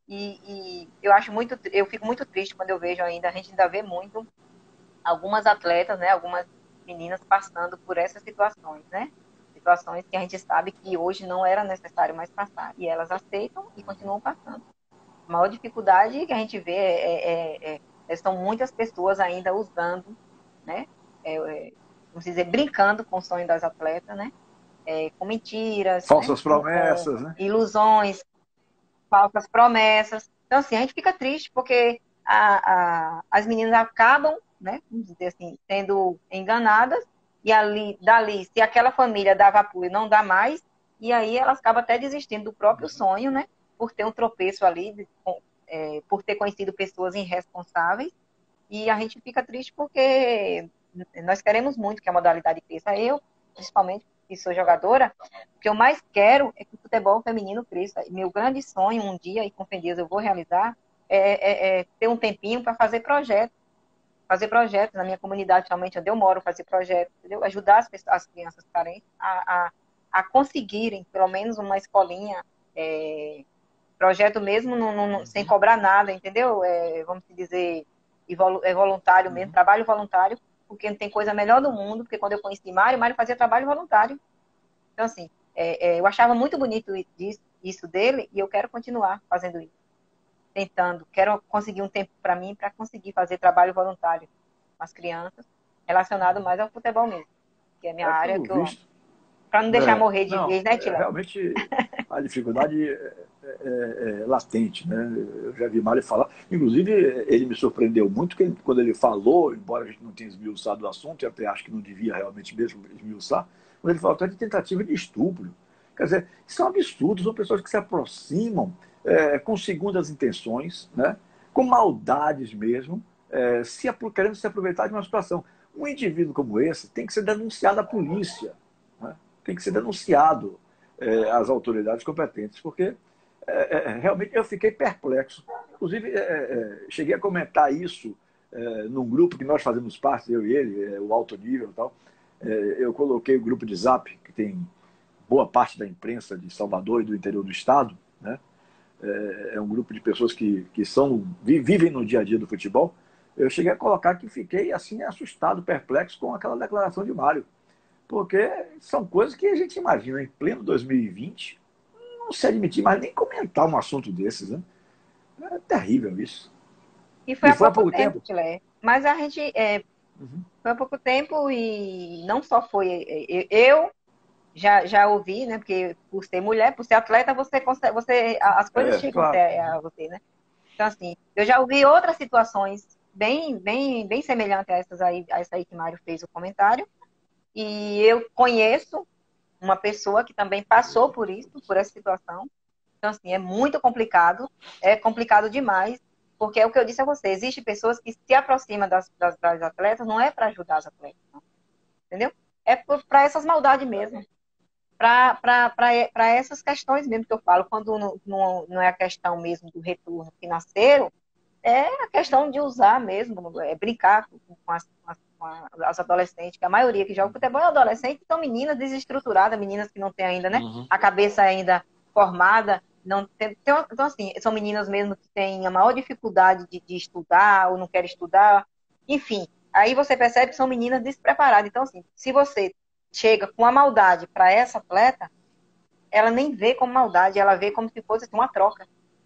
E, e eu acho muito, eu fico muito triste quando eu vejo ainda, a gente ainda vê muito algumas atletas, né, algumas meninas passando por essas situações, né? Situações que a gente sabe que hoje não era necessário mais passar. E elas aceitam e continuam passando. A maior dificuldade que a gente vê é, é, é, é são muitas pessoas ainda usando, né? É, é, vamos dizer, brincando com o sonho das atletas, né? É, com mentiras, né? Falsas Com, com promessas, né? ilusões, falsas promessas. Então, assim, a gente fica triste porque a, a, as meninas acabam, né, vamos dizer assim, sendo enganadas, e ali, dali, se aquela família dava apoio, não dá mais, e aí elas acabam até desistindo do próprio sonho, né, por ter um tropeço ali, de, é, por ter conhecido pessoas irresponsáveis, e a gente fica triste porque nós queremos muito que a modalidade cresça. Eu, principalmente, que sou jogadora, o que eu mais quero é que o futebol feminino cresça. Meu grande sonho um dia, e com certeza eu vou realizar, é, é, é ter um tempinho para fazer projetos. Fazer projetos na minha comunidade, realmente onde eu moro, fazer projetos, entendeu? Ajudar as, pessoas, as crianças carentes a, a, a conseguirem pelo menos uma escolinha, é, projeto mesmo não, não, sem Uhum. cobrar nada, entendeu? É, vamos dizer, é voluntário mesmo, Uhum. trabalho voluntário, porque não tem coisa melhor do mundo, porque quando eu conheci Mário, Mário fazia trabalho voluntário. Então, assim, é, é, eu achava muito bonito isso, isso dele e eu quero continuar fazendo isso, tentando. Quero conseguir um tempo para mim para conseguir fazer trabalho voluntário com as crianças, relacionado mais ao futebol mesmo, que é a minha É, área pelo que eu amo. visto. Para não deixar É, morrer de não, vez, né, é, Tilé? realmente a dificuldade é, é- é latente, né? Eu já vi Mário falar. Inclusive, ele me surpreendeu muito que ele- quando ele falou, embora a gente não tenha esmiuçado o assunto, e até acho que não devia realmente mesmo esmiuçar, quando ele falou até de tentativa de estupro. Quer dizer, isso é um absurdo, são pessoas que se aproximam é, com segundas intenções, né? Com maldades mesmo, é, se, querendo se aproveitar de uma situação. Um indivíduo como esse tem que ser denunciado à polícia, né? Tem que ser denunciado é, às autoridades competentes, porque é, é, realmente eu fiquei perplexo. Inclusive, é, é, cheguei a comentar isso é, num grupo que nós fazemos parte, eu e ele, é, o Alto Nível e tal. É, eu coloquei o grupo de Zap, que tem boa parte da imprensa de Salvador e do interior do estado, né? é, é um grupo de pessoas que, que são, vivem no dia a dia do futebol, eu cheguei a colocar que fiquei assim assustado, perplexo com aquela declaração de Mário. Porque são coisas que a gente imagina em pleno dois mil e vinte, não se admitir mais nem comentar um assunto desses, né? É terrível isso. E foi E há foi há pouco pouco tempo, tempo? Tilé. Mas a gente, é, Uhum. foi há pouco tempo e não só foi. é, Eu já, já ouvi, né? Porque por ser mulher, por ser atleta, você consegue, você, as coisas É, chegam claro. até a você, né? Então, assim, eu já ouvi outras situações bem, bem, bem semelhantes a essas aí, a essa aí que Mário fez o comentário. E eu conheço uma pessoa que também passou por isso, por essa situação. Então, assim, é muito complicado, é complicado demais, porque é o que eu disse a você, existem pessoas que se aproximam das, das, das atletas, não é para ajudar as atletas, não, entendeu? É para essas maldades mesmo, para essas questões mesmo que eu falo, quando não, não, não é a questão mesmo do retorno financeiro, é a questão de usar mesmo, é brincar com as, com as adolescentes, que a maioria que joga futebol é adolescente, são meninas desestruturadas, meninas que não têm ainda, né, Uhum. a cabeça ainda formada, não tem, tem, então assim, são meninas mesmo que têm a maior dificuldade de, de estudar, ou não querem estudar, enfim, aí você percebe que são meninas despreparadas. Então, assim, se você chega com a maldade para essa atleta, ela nem vê como maldade, ela vê como se fosse uma troca.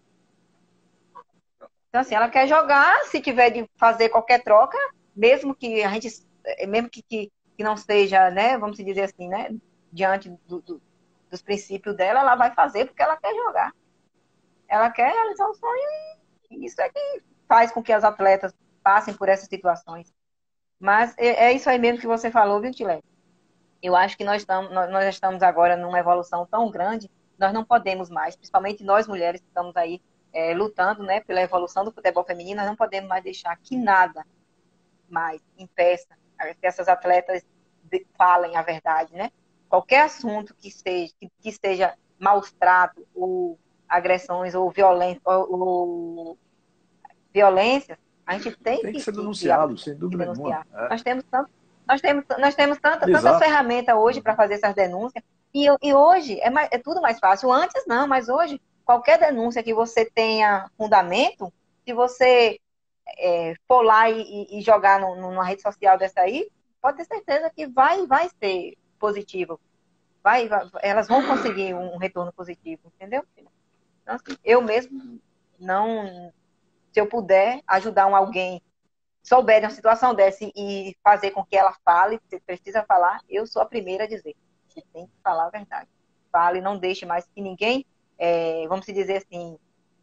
Então, assim, ela quer jogar, se tiver de fazer qualquer troca, mesmo que a gente, mesmo que, que, que não seja, né, vamos dizer assim, né, diante do, do, dos princípios dela, ela vai fazer porque ela quer jogar. Ela quer realizar o sonho e isso é que faz com que as atletas passem por essas situações. Mas é, é isso aí mesmo que você falou, viu, Tilé? Eu acho que nós estamos, nós, nós estamos agora numa evolução tão grande, nós não podemos mais, principalmente nós mulheres que estamos aí é, lutando, né, pela evolução do futebol feminino, nós não podemos mais deixar que nada mais impeça que essas atletas falem a verdade, né? Qualquer assunto que seja, que, que seja maus trato, ou agressões, ou violência, ou, ou violência, a gente tem Tem que que, ser que, que, denunciado, sem que dúvida nenhuma. denunciar. É. Nós temos tanto, nós temos, nós temos tanta, tantas Exato. ferramentas hoje para fazer essas denúncias. E, e hoje é, mais, é tudo mais fácil. Antes não, mas hoje, qualquer denúncia que você tenha fundamento, se você é, for lá e, e jogar no, numa rede social dessa aí, pode ter certeza que vai, vai ser positivo. Vai, vai, elas vão conseguir um retorno positivo, entendeu? Então, assim, eu mesmo não, se eu puder ajudar um alguém, souber de uma situação dessa e fazer com que ela fale, se precisa falar, eu sou a primeira a dizer. Você tem que falar a verdade. Fale, não deixe mais que ninguém, é, vamos dizer assim,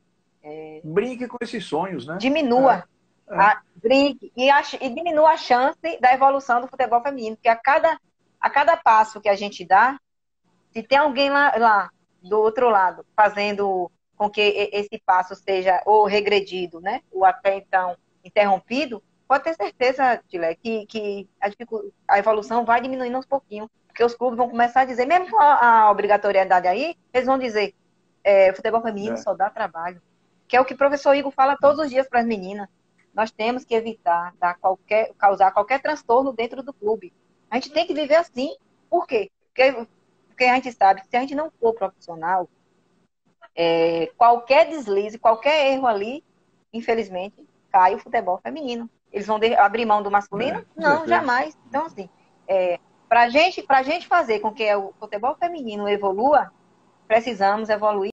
é, Brinque com esses sonhos, né? É, diminua, é. a, brinque e, a, e diminua a chance da evolução do futebol feminino. Porque a cada, a cada passo que a gente dá, se tem alguém lá, lá do outro lado fazendo com que esse passo seja ou regredido, né, ou até então interrompido, pode ter certeza, Tilé, que, que a, a evolução vai diminuindo aos pouquinhos, porque os clubes vão começar a dizer, mesmo com a, a obrigatoriedade aí, eles vão dizer, é, futebol feminino É. só dá trabalho, que é o que o professor Igor fala todos os dias para as meninas. Nós temos que evitar dar qualquer, causar qualquer transtorno dentro do clube. A gente tem que viver assim. Por quê? Porque porque a gente sabe que se a gente não for profissional, é, qualquer deslize, qualquer erro ali, infelizmente, cai o futebol feminino. Eles vão abrir mão do É, masculino? com Não, certeza. jamais. Então, assim, é, para gente, a gente fazer com que o futebol feminino evolua, precisamos evoluir